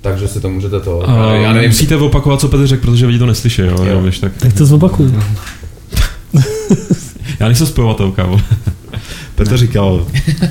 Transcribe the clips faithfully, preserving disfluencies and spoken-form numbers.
takže si to můžete to... Uh, já nevím, musíte opakovat, co Petr řekl, protože lidi to neslyší, jo? jo. Nevíš, tak... tak to zopakuju. Já nejsem spojovatel, kámo. Petr říkal...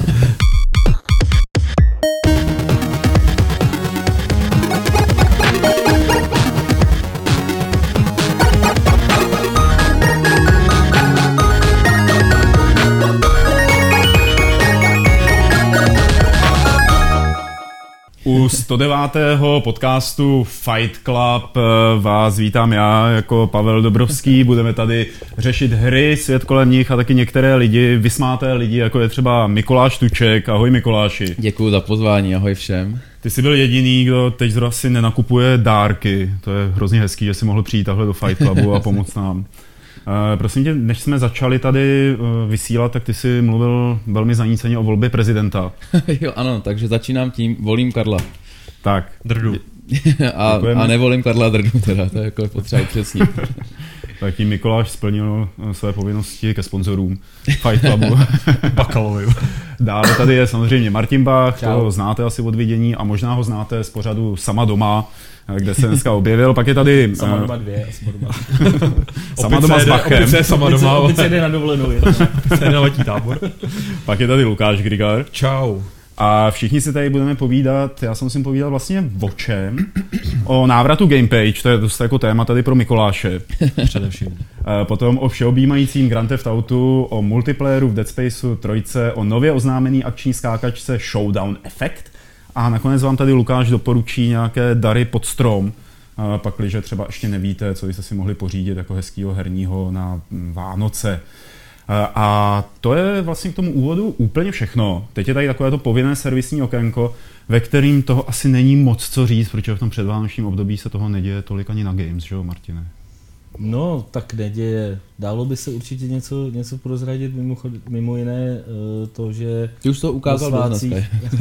U sto devátého podcastu Fight Club vás vítám já jako Pavel Dobrovský. Budeme tady řešit hry, svět kolem nich a taky některé lidi, vysmáté lidi, jako je třeba Mikuláš Tuček. Ahoj Mikuláši. Děkuju za pozvání, ahoj všem. Ty jsi byl jediný, kdo teď zrovna si nenakupuje dárky. To je hrozně hezký, že jsi mohl přijít takhle do Fight Clubu a pomoct nám. Uh, prosím tě, než jsme začali tady uh, vysílat, tak ty jsi mluvil velmi zaníceně o volbě prezidenta. Jo, ano, takže začínám tím, volím Karla. Tak. Drdu. a, a nevolím Karla Drdu, teda, to je jako potřeba upřesnit. Tak tím Mikuláš splnil své povinnosti ke sponzorům Fight Clubu. Bakalovi. Dále tady je samozřejmě Martin Bach, toho znáte asi od vidění a možná ho znáte z pořadu Sama doma, kde se dneska objevil. Pak je tady... Sama doma dvě, Sama doma. Sama doma s Bachem. Opice sama doma. Opice jde na dovolenou. Opice na letní tábor. Pak je tady Lukáš Grigar. Čau. A všichni si tady budeme povídat, já jsem musím povídat vlastně o čem, o návratu Gamepage, to je dost jako téma tady pro Mikuláše. Především. Potom o všeobjímajícím Grand Theft Autu, o multiplayeru v Dead Spaceu trojce, o nově oznámený akční skákačce Showdown Effect a nakonec vám tady Lukáš doporučí nějaké dary pod strom, pakliže třeba ještě nevíte, co byste si mohli pořídit jako hezkýho herního na Vánoce. A to je vlastně k tomu úvodu úplně všechno. Teď je tady takové to povinné servisní okénko, ve kterým toho asi není moc co říct, protože v tom předvánočním období se toho neděje tolik ani na Games, že jo, Martine? No, tak neděje. Dálo by se určitě něco, něco prozradit, mimo, mimo jiné to, že... Ty už to ukázal svácích,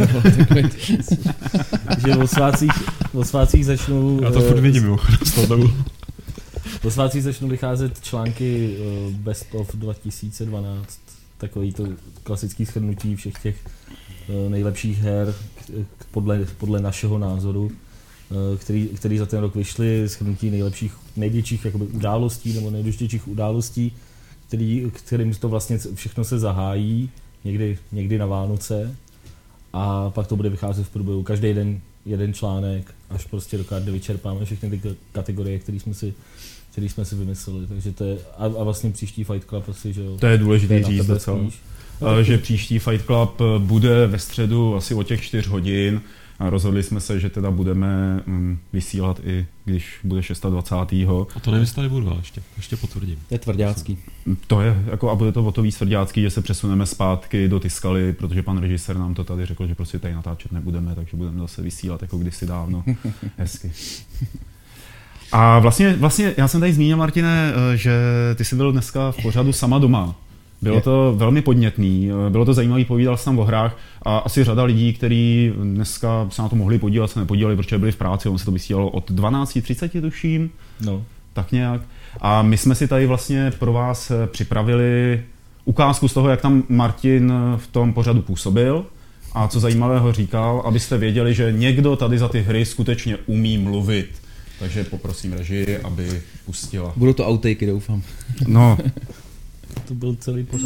že o svácích, o svácích začnou... Já to furt vidím, mimochodem. Po svátcích začnou vycházet články Best of dva tisíce dvanáct, takový to klasický shrnutí všech těch nejlepších her podle, podle našeho názoru, který, který za ten rok vyšly, shrnutí nejlepších, největších jakoby událostí nebo nejdůležitějších událostí, který, kterým to vlastně všechno se zahájí, někdy, někdy na Vánoce a pak to bude vycházet v průběhu každý den jeden článek, až prostě dokud vyčerpáme všechny ty kategorie, které jsme si který jsme si vymysleli, takže to je, a, a vlastně příští Fight Club asi, že jo. To je důležité říct docela, no, že příští Fight Club bude ve středu asi o těch čtyř hodin a rozhodli jsme se, že teda budeme um, vysílat i když bude dvacátého šestého A to nevím, jestli tady budu, ještě, ještě potvrdím. To je tvrďácký. To je, jako a bude to o to víc tvrďácký, že se přesuneme zpátky do Tiskaly, protože pan režisér nám to tady řekl, že prostě tady natáčet nebudeme, takže budeme zase vysílat jako kdysi dávno. Hezky. A vlastně, vlastně já jsem tady zmínil, Martine, že ty jsi byl dneska v pořadu Sama doma. Bylo to velmi podnětný, bylo to zajímavý, povídal jsem tam o hrách a asi řada lidí, kteří dneska se na to mohli podívat, se nepodívali, protože byli v práci, on se to vysílalo od dvanáct třicet tuším, no. Tak nějak. A my jsme si tady vlastně pro vás připravili ukázku z toho, jak tam Martin v tom pořadu působil a co zajímavého říkal, abyste věděli, že někdo tady za ty hry skutečně umí mluvit. Takže poprosím režii, aby pustila. Budou to outakey, doufám. No. To byl celý pořad.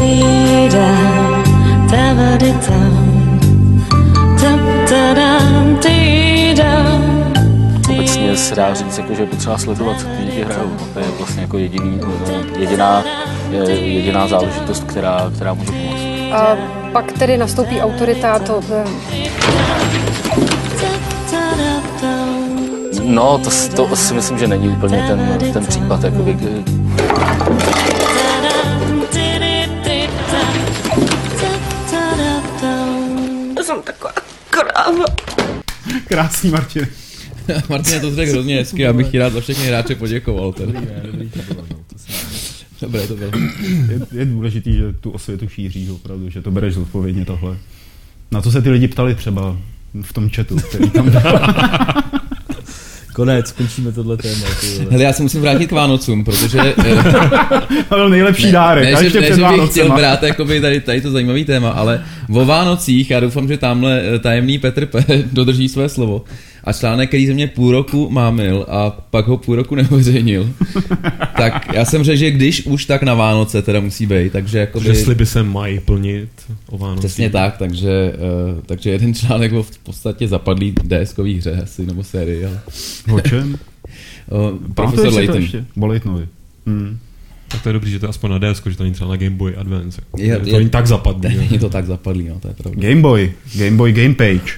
Obecně se dá říct, jako, že je potřeba sledovat, co ty lidi hrajou. To je vlastně jako jediný, jediná, jediná záležitost, která, která může pomoct. A pak tedy nastoupí autorita, to... No, to, to si myslím, že není úplně ten, ten případ. Jakoby. To jsem taková kráva. Krásný, Martin. Martin, to řekl hrozně hezky, já bych ti rád za všechny hráče poděkoval. Dobrý, ne, dobrý, to bylo, no, to Dobré to bylo. Je, je důležitý, že tu osvětu šíříš opravdu, že to bereš zodpovědně tohle. Na to se ty lidi ptali třeba v tom chatu, který tam dal. Konec, končíme tohle téma. Hele, já se musím vrátit k Vánocům, protože... Ale nejlepší dárek, ne, a ještě ne, před Vánocema. bych chtěl brát jakoby tady, tady to zajímavý téma, ale o Vánocích, já doufám, že tamhle tajemný Petr P. dodrží své slovo. a článek, který ze mě půl roku mámil a pak ho půl roku neuveřejnil, tak já jsem řekl, že když už tak na Vánoce teda musí být, takže jako Že sliby se mají plnit o Vánocích. Přesně tak, takže, uh, takže jeden článek o v podstatě zapadlý DSkový hře asi, nebo sérii, ale... O čem? uh, Profesor Layton. O Laytonovi. Hmm. Tak to je dobrý, že to je aspoň na D S, že to není třeba na Game Boy Advance. Je, je, to není tak zapadlý. Není to tak zapadlý, no, to je pravda. Game Boy, Game Boy Game Page.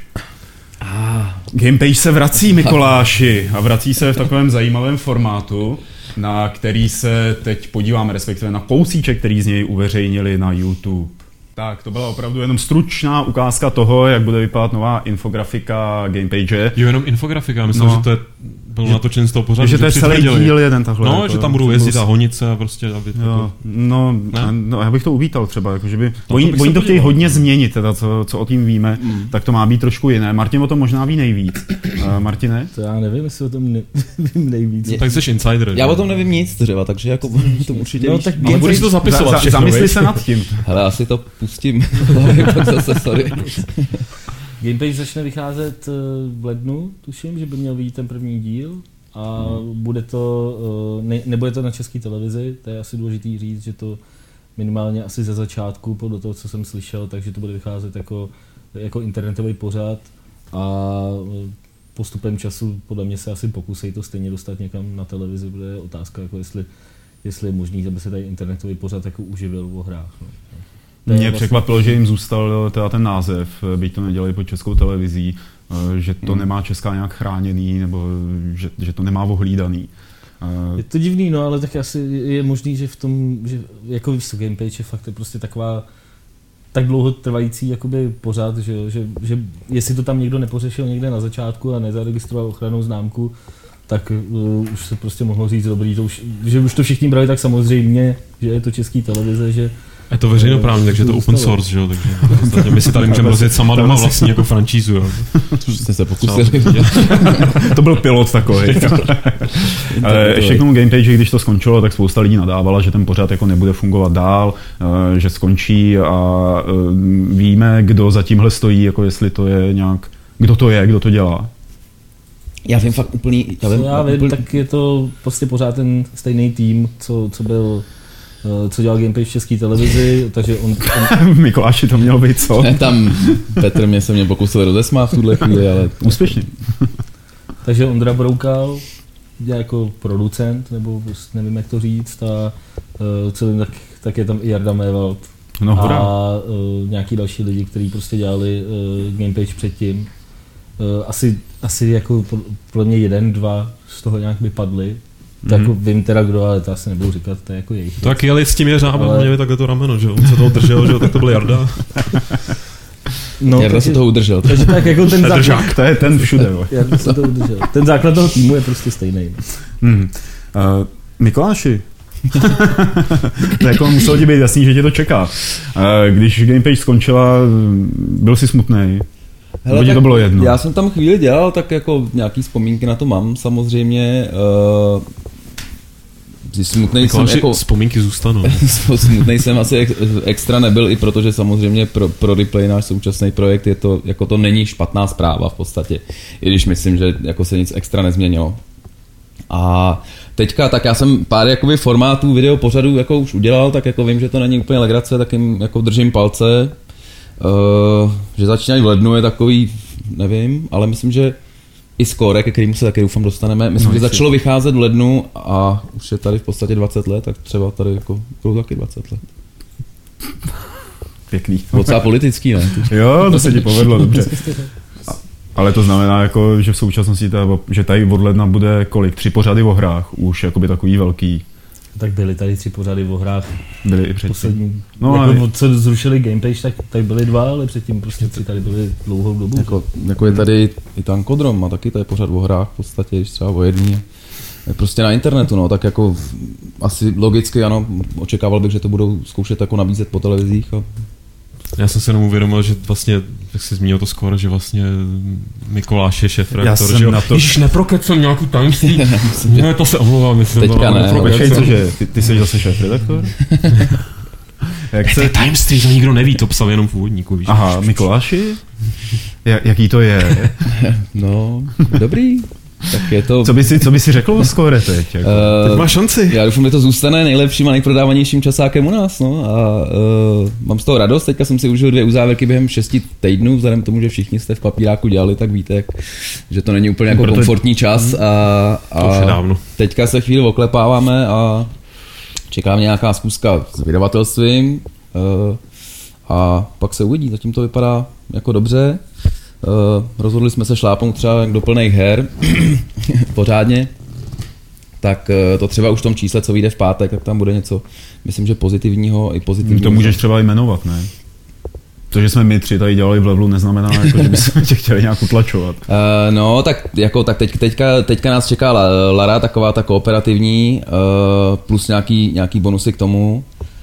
Ah. Game Page se vrací, Mikuláši, a vrací se v takovém zajímavém formátu, na který se teď podíváme, respektive na kousíček, který z něj uveřejnili na YouTube. Tak, to byla opravdu jenom stručná ukázka toho, jak bude vypadat nová infografika Gamepage. Jo, jenom infografika, myslím, no. že to je, bylo natočen z toho pořadu. Že to je celý díl jeden takhle. No, jako, že tam budou jezdit a honice a prostě, aby to... Jo, no, no, já bych to uvítal třeba, jako, že by... No, oni to, oni to chtějí hodně změnit, teda, co, co o tím víme, mm. tak to má být trošku jiné. Martin o tom možná ví nejvíc. Uh, Martine? To já nevím, jestli o tom ne, vím nejvíc. Tak jsi insider. Já o tom nevím nic třeba, takže jako to určitě no, víš. tak ale budeš to zapisovat za, všechno, zamysli se nad tím. Hele, asi to pustím. Tak zase, sorry. Gamepage začne vycházet v lednu, tuším, že by měl být ten první díl a hmm. bude to, ne, nebude to na české televizi, to je asi důležitý říct, že to minimálně asi ze začátku, podle toho, co jsem slyšel, takže to bude vycházet jako, jako internetový pořad a postupem času podle mě se asi pokusej to stejně dostat někam na televizi, bude otázka, jako jestli, jestli je možný, aby se tady internetový pořad jako uživil o hrách. No. Mě vlastně překvapilo, že jim zůstal teda ten název, byť to nedělají pod českou televizí, že to hmm. nemá česká nějak chráněný, nebo že, že to nemá ohlídaný. Je to divný, no, ale tak asi je možný, že v tom, že jako víš, Gamepage je fakt je prostě taková tak dlouho trvající jakoby pořád, že, že, že jestli to tam někdo nepořešil někde na začátku a nezaregistroval ochrannou známku, tak uh, už se prostě mohlo říct dobrý, to už, že už to všichni brali tak samozřejmě, že je to český televize, že je to veřejnoprávní, takže je to open source, že jo, takže vlastně my si tady můžeme rozjet sama doma vlastně jako franšízu, jo. Jste se pokusili. To byl pilot takový. Ale ještě k tomu Gamepage, když to skončilo, tak spousta lidí nadávala, že ten pořad jako nebude fungovat dál, že skončí a víme, kdo za tímhle stojí, jako jestli to je nějak, kdo to je, kdo to dělá. Já vím fakt úplný... Já vím, já vím úplný... tak je to prostě pořád ten stejný tým, co, co byl... co dělal Gamepage v české televizi, takže on... on... Mikuláši, to mělo být co? Ne, tam Petr mě se mě pokusil rozesmát v tuhle chvíli, ale... Úspěšně. Takže Ondra Broukal jako producent, nebo nevím, jak to říct, a uh, co vím, tak, tak je tam i Jarda Mévald. No, a uh, nějaký další lidi, kteří prostě dělali uh, Gamepage předtím. Uh, asi, asi jako podle mě jeden, dva z toho nějak vypadli. Tak mm-hmm. vím teda kdo, ale to asi nebudu říkat, to je jako jejich. Tak jeli s tím jeřábem, ale... měli takhle to rameno, že on se toho držel, že tak to byl Jarda. No, Jarda se toho udržel. Takže tak jako ten základ, to je ten všude. Jarda se toho udržel. Ten základ toho týmu je prostě stejný. Mm. Uh, Mikuláši, to jako muselo ti být jasný, že tě to čeká. Uh, když Gamepage skončila, byl jsi smutnej? Hele, tak to bylo jedno. Já jsem tam chvíli dělal, tak jako nějaký vzpomínky na to mám samozřejmě. Uh, smutnej jsem jako... Vzpomínky zůstanou. Smutnej jsem asi ex, extra nebyl, i protože samozřejmě pro, pro Replay náš současný projekt je to, jako to není špatná zpráva v podstatě. I když myslím, že jako se nic extra nezměnilo. A teďka, tak já jsem pár jakoby formátů video pořadů jako už udělal, tak jako vím, že to není úplně legrace, tak jim jako držím palce. Uh, že začínají v lednu je takový, nevím, ale myslím, že i skóre, ke kterému se taky doufám dostaneme, myslím, no, že začalo vycházet v lednu a už je tady v podstatě dvacet let, tak třeba tady jako budou taky dvacet let. Pěkný. Docela politický, ne? Jo, to se ti povedlo, dobře. Ale to znamená, jako, že v současnosti, ta, že tady od ledna bude kolik? Tři pořady o hrách, už jakoby takový velký. Tak byly tady tři pořady o hrách. Byly i předtím. Poslední, no, jako ale... co zrušili Gamepage, tak tady byly dva, ale předtím prostě tři tady byly dlouhou dobu. Jako, jako je tady i Tankodrom a taky tady pořad o hrách v podstatě, když třeba o jedný. Prostě na internetu, no, tak jako asi logicky, ano, očekával bych, že to budou zkoušet jako nabízet po televizích. A... Já jsem se jenom uvědomil, že vlastně, jak jsi zmínil to skoro, že vlastně Mikuláš je šéfredaktor, že jo? To... Ježiš, neprokecel nějakou tajemství. Ne, to se omlouvám, myslím. Teďka ne. Počkej, cože, ty, ty jsi zase šéfredaktor? Jak to je tajemství, to nikdo neví, to psal jenom v úvodníku, víš? Aha, Mikuláši? Jaký to je? No, dobrý. Tak je to... Co by si, co by si řekl o Score teď? Jako? Uh, teď máš šanci. Já doufám, že to zůstane nejlepším a nejprodávanějším časákem u nás. No. A uh, mám z toho radost. Teďka jsem si užil dvě uzávěrky během šesti týdnů, vzhledem k tomu, že všichni jste v papíráku dělali, tak víte, jak, že to není úplně jako Proto... komfortní čas. A, a teďka se chvíli oklepáváme a čekám nějaká zkuska s vydavatelstvím. Uh, a pak se uvidí. Zatím to vypadá jako dobře. Uh, rozhodli jsme se šlápnout třeba do plných her pořádně, tak uh, to třeba už v tom čísle, co vyjde v pátek, tak tam bude něco, myslím, že pozitivního i pozitivního. To můžeš třeba jmenovat, ne? To, že jsme my tři tady dělali v levelu, neznamená, jako, že bychom tě chtěli nějak utlačovat. Uh, no, tak, jako, tak teď, teďka, teďka nás čeká Lara, taková ta kooperativní, uh, plus nějaký, nějaký bonusy k tomu.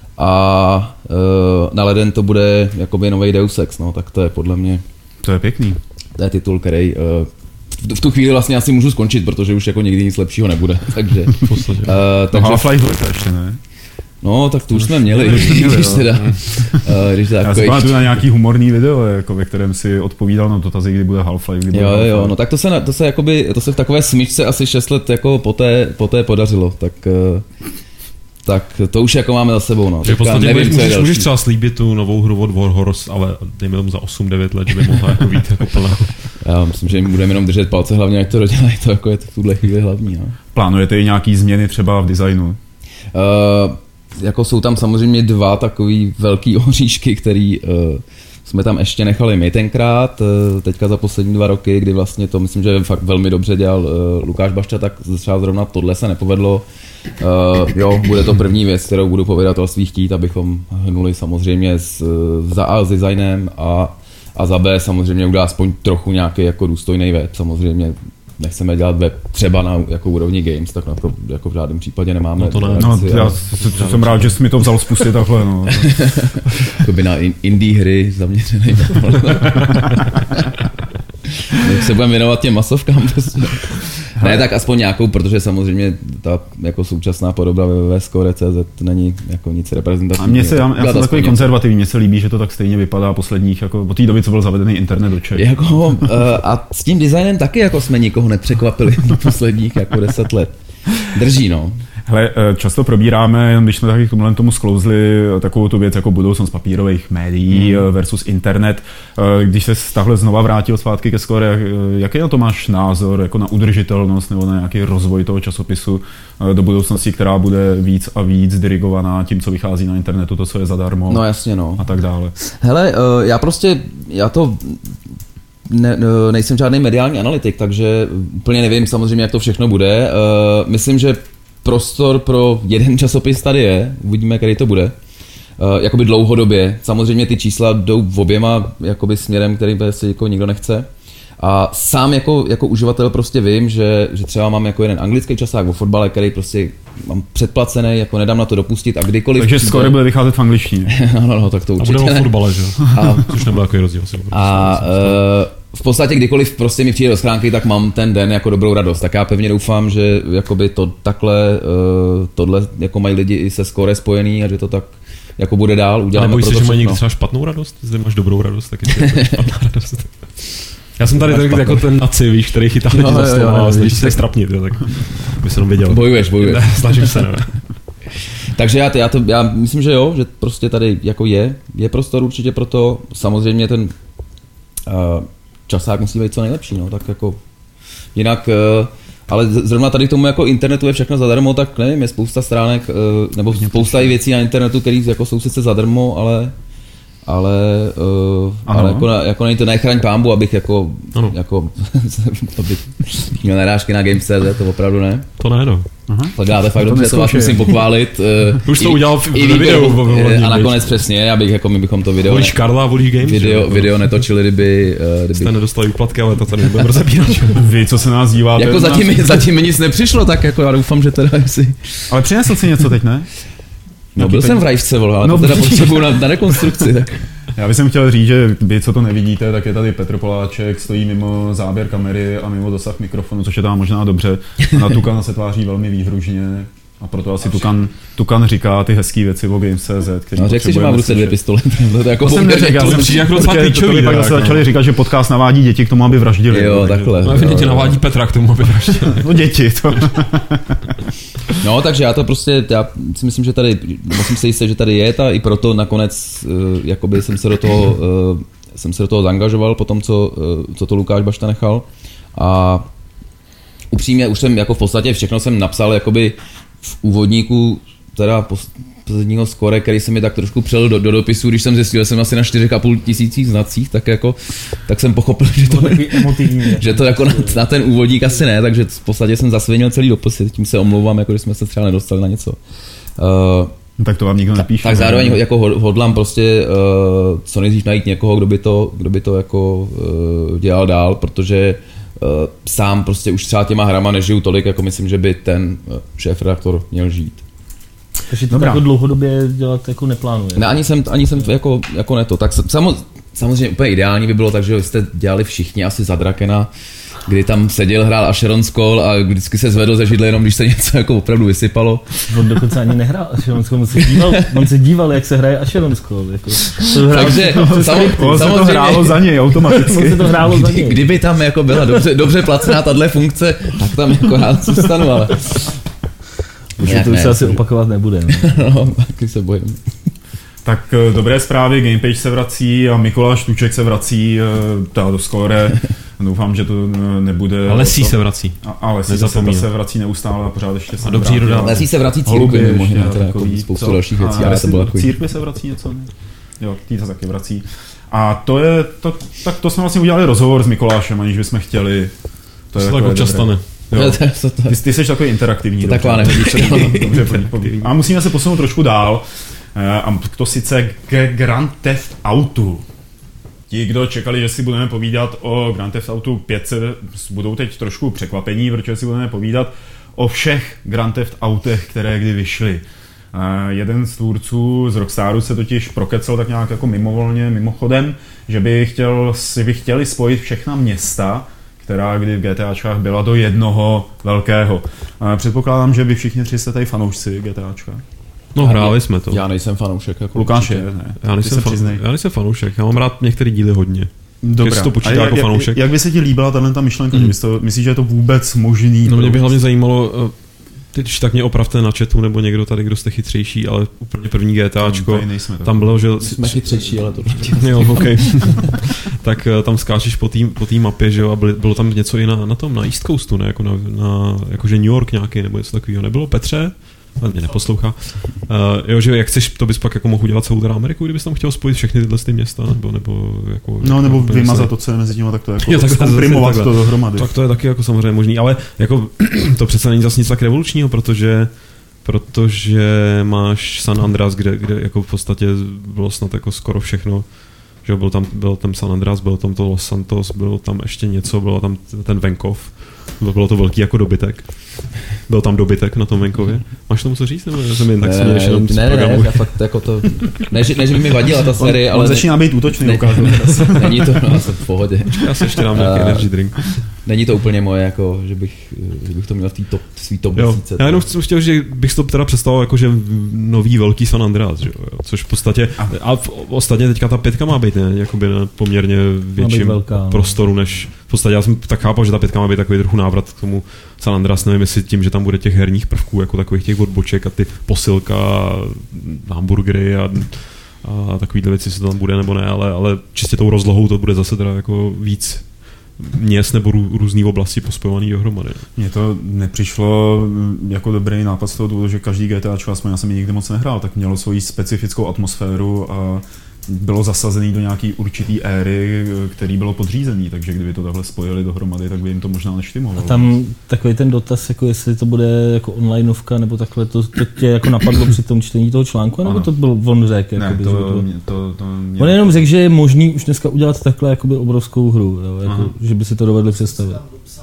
A uh, na leden to bude jakoby novej Deus Ex, no, tak to je podle mě... To je pěkný. To je titul, který uh, v, v tu chvíli vlastně asi můžu skončit, protože už jako nikdy nic lepšího nebude, takže... uh, takže no Half-Life dva ještě, ne? No, tak to už jsme měli, když teda... uh, když Já si pamatuju na nějaký humorný video, jako ve kterém si odpovídal na dotazy, kdy bude Half-Life, kdy bude Jo, Half-Life. jo, no tak to se, to se jakoby, to se v takové smyčce asi šest let jako poté, poté podařilo, tak... Uh, tak to už jako máme za sebou, no. Takže v podstatě nevím, můžeš, můžeš třeba slíbit tu novou hru od Warhorse, ale dejme tomu za osm devět let, že by mohla jako být jako plná. Já myslím, že jim budeme jenom držet palce, hlavně ať to dodělají, to jako je to v tuhle chvíli hlavní. No. Plánujete i nějaký změny třeba v designu? Uh, jako jsou tam samozřejmě dva takový velký oříšky, který uh, jsme tam ještě nechali my tenkrát, uh, teďka za poslední dva roky, kdy vlastně to myslím, že fakt velmi dobře dělal uh, Lukáš Bašta, tak třeba zrovna tohle se nepovedlo. Uh, jo, bude to první věc, kterou budu po vydavatelství chtít, abychom hnuli samozřejmě s, za A s designem a, a za B samozřejmě udělat aspoň trochu nějaký jako důstojný web. Samozřejmě nechceme dělat web třeba na jako úrovni games, tak na to jako v žádném případě nemáme. No to ne. No, já jsem rád, že jsi mi to vzal spustit takhle. No. Jakoby na in, indie hry zaměřený. Jak se budeme věnovat těm masovkám prostě. Ne, tak aspoň nějakou, protože samozřejmě ta jako současná podoba ve Score tečka cé zet není jako nic reprezentativní. A mně se, já, já jsem takový konzervativní, mně se líbí, že to tak stejně vypadá posledních, jako od té doby, co byl zavedený internet do Čech. Jako, uh, a s tím designem taky jako jsme nikoho nepřekvapili posledních jako deset let. Drží, no. Hele, často probíráme, když jsme taky k tomuhle tomu sklouzli, takovou tu věc jako budoucnost papírových médií hmm. versus internet. Když se takhle znova vrátil zpátky ke Score, jaký na to máš názor, jako na udržitelnost nebo na nějaký rozvoj toho časopisu do budoucnosti, která bude víc a víc dirigovaná tím, co vychází na internetu, to, co je zadarmo, no, jasně, no. A tak dále. Hele, já prostě, já to... Ne, nejsem žádný mediální analytik, takže úplně nevím samozřejmě, jak to všechno bude. Myslím, že prostor pro jeden časopis tady je, uvidíme, který to bude. Jakoby dlouhodobě. Samozřejmě ty čísla jdou v oběma jakoby směrem, který si jako nikdo nechce. A sám jako, jako uživatel prostě vím, že, že třeba mám jako jeden anglický časák o fotbale, který prostě mám předplacený, jako nedám na to dopustit a kdykoliv... Takže skoro bude vycházet v angličtině. no, no, tak to určitě. A bude o fotbale, že jo? Což nebyl takový rozdíl. A uh, v podstatě kdykoliv prostě mi přijde do schránky, tak mám ten den jako dobrou radost. Tak já pevně doufám, že jakoby to takhle, uh, tohle jako mají lidi i se Score spojený a že to tak jako bude dál. Uděláme ale bojíš se, že mají někdy třeba špatnou radost? Zde máš dobrou radost, tak je to špatná radost. Já jsem tady tak jako ten naci, víš, který chytá lidi za slova a snaží se strapnit, jo, tak by se jenom věděl. Bojuješ, bojuješ. Ne, snažím se, ne. Takže já, já, to, já myslím, že jo, že prostě tady jako je, je prostor určitě pro to, samozřejmě ten uh, časák musí být co nejlepší, no, tak jako jinak, uh, ale zrovna tady tomu jako internetu je všechno zadarmo, tak nevím, je spousta stránek, uh, nebo spousta i věcí na internetu, které jako jsou sice zadarmo, ale ale, uh, ale jako, jako není to nejchraň pámbu, abych jako, ano. jako abych měl narážky na Games tečka cé zet, to opravdu ne. To ne, no. Tak dáte fakt dobře, to vás musím pochválit. Uh, Už to udělal v i videu. videu a nakonec přesně, abych jako my bychom to video... Volíš Karla, volíš Games? Video, video netočili, kdyby... Uh, kdyby... Jste nedostali úplatky, ale to tady nebudeme rozebírat. Vy, co se nás díváte... Jako zatím, nás... zatím mi nic nepřišlo, tak jako já doufám, že teda si... Ale přinesl si něco teď, ne? No byl jsem v Rajvce, vole, ale no, to teda potřebuju na, na rekonstrukci. Tak. Já bych chtěl říct, že vy, co to nevidíte, tak je tady Petr Poláček, stojí mimo záběr kamery a mimo dosah mikrofonu, což je tam možná dobře. A na Tukana se tváří velmi výhružně. A proto asi Tukan, Tukan říká ty hezký věci o Games tečka cé zet. No řekl si, že má v ruce dvě pistole. To jako jsem neřekl, to přijde jako docela klíčový. Pak se začali říkat, že podcast navádí děti k tomu, aby vraždili. Jo, takhle. No, děti navádí Petra k tomu, aby vraždili. No děti, to. No, takže já to prostě, já si myslím, že tady, musím se jistě, že tady je ta, i proto nakonec, jakoby jsem se do toho, jsem se do toho zaangažoval po tom, co, co to Lukáš Bašta nechal. A upřímně už jsem jako v podstatě všechno jsem napsal jakoby v úvodníku teda posledního skore, který se mi tak trošku přelil do, do dopisu, když jsem zjistil, že jsem asi na čtyři a půl tisících znacích, tak jako, tak jsem pochopil, že to, že to jako na, na ten úvodník asi ne, takže v podstatě jsem zasvěnil celý dopis, tím se omlouvám, jako když jsme se třeba nedostali na něco. Uh, no, tak to vám nikdo nepíše. Tak zároveň ne? jako hodlám prostě uh, co nejdřív najít někoho, kdo by to, kdo by to jako uh, dělal dál, protože uh, sám prostě už třeba těma hrama nežiju tolik, jako myslím, že by ten uh, šéfredaktor měl žít. Takže to jako dlouhodobě dělat jako neplánuje. Ne, ani jsem, ani jsem jako, jako ne to. Tak samo, samozřejmě úplně ideální by bylo tak, že jste dělali všichni asi za Drakena, kdy tam seděl, hrál Asheron Skull a vždycky se zvedl ze židle, jenom když se něco jako opravdu vysypalo. On dokonce ani nehrál Asheron Skull, on se díval, on se díval jak se hraje Asheron Skull. Jako, to hrál, Takže to, samozřejmě se to hrálo za něj automaticky. Se to hrálo za něj. Kdyby tam jako byla dobře, dobře placená tahle funkce, tak tam jako rád zůstanu, ale... Už to už se asi opakovat nebude. No, no taky se bojím. Tak dobré zprávy, Gamepage se vrací a Mikuláš Tuček se vrací ta do skóre. Doufám, že to nebude... A Lesí to... se vrací. A, a Lesí se, se vrací neustále a pořád ještě se a dobří vrátí. Lesí se vrací církvi, mimo jiné, teda jako spoustu dalších věcí. A to bylo církvi se vrací něco? Ne? Jo, tý se taky vrací. A to je, to, tak to jsme vlastně udělali rozhovor s Mikulášem, aniž bychom chtěli. To je tak občas stane. Jo. Ty, ty jsi takový interaktivní. To taková nehodíš. A musíme se posunout trošku dál. A to sice k Grand Theft Autu. Ti, kdo čekali, že si budeme povídat o Grand Theft Autu pět, budou teď trošku překvapení, protože si budeme povídat o všech Grand Theft Autech, které kdy vyšly. Jeden z tvůrců z Rockstaru se totiž prokecel tak nějak jako mimovolně, mimochodem, že by, chtěl, si by chtěli spojit všechna města, která kdy v GTAčkách byla, do jednoho velkého. Předpokládám, že vy všichni tři jste tady fanoušci GTAčka. No, hráli jsme to. Já nejsem fanoušek. Jako Lukáš je, ne? Já nejsem, fan, já nejsem fanoušek, já mám rád některé díly hodně. Dobrá. To počítá jako jak, fanoušek. Jak by se ti líbila tato myšlenka? Mm. Myslíš, že je to vůbec možný? No, mě by hlavně zajímalo, když tak mě opravte na chatu, nebo někdo tady, kdo jste chytřejší, ale úplně první GTAčko, no, tam bylo, že... Jsme chytřejší, ale to... Jo, okay. Tak tam skáčeš po té po mapě, že jo, a bylo tam něco i na, na tom, na East Coastu, ne, jako na, na jakože New York nějaký, nebo něco takového, nebylo, Petře? Ale mě neposlouchá. Uh, jo, že jak chceš, to bys pak jako mohl udělat celou Ameriku, kdybys tam chtěl spojit všechny tyhle ty města, nebo, nebo jako... No, nebo vymazat to, co je mezi tím, tak to jako jo, tak zkomprimovat to dohromady. Tak to je taky jako samozřejmě možný, ale jako to přece není zase nic tak revolučního, protože protože máš San Andreas, kde, kde jako v podstatě bylo snad jako skoro všechno, že byl tam, byl tam San Andreas, byl tam to Los Santos, bylo tam ještě něco, bylo tam ten venkov, bylo to velký jako dobytek. Byl tam dobytek na tom venkově. Máš tomu co říct? Nebo jsem jen tak ne, se měl jenom ne, ne, ne, já fakt jako to... Ne, že, ne, že by mi vadila ta série, ale... On začíná být útočný, ne, ukážu. Není to, no, jsem v pohodě. Já se ještě dám nějaký energy drink. Není to úplně moje, jako, že bych, že bych to měl v té top, svý top desítce. Já jenom jsem chtěl, že bych to teda představoval jako, že nový velký San Andreas, že jo, což v podstatě, a v, ostatně teďka ta pětka má být, ne, jakoby na poměrně větším velká, prostoru, než v podstatě já jsem tak chápal, že ta pětka má být takový trochu návrat k tomu San Andreas, nevím, jestli tím, že tam bude těch herních prvků, jako takových těch odboček a ty posilka, hamburgery a a takovýhle věci, jestli to tam bude nebo ne, ale, ale čistě tou rozlohou to bude zase teda jako víc měst nebo rů, různý oblasti pospojovaný dohromady. Mně to nepřišlo jako dobrý nápad z toho důvodu, že každý GTAčko, aspoň já jsem ji nikdy moc nehrál, tak mělo svoji specifickou atmosféru a bylo zasazený do nějaký určitý éry, který bylo podřízený, takže kdyby to takhle spojili dohromady, tak by jim to možná neštimovalo. A tam takový ten dotaz, jako jestli to bude jako onlineovka, nebo takhle, to, to tě jako napadlo při tom čtení toho článku, nebo to byl on řekl? Ne, jakoby, to, že to, to, to mě... On jenom řekl, že je možný už dneska udělat takhle jakoby obrovskou hru, jo, jako, že by si to dovedli představit.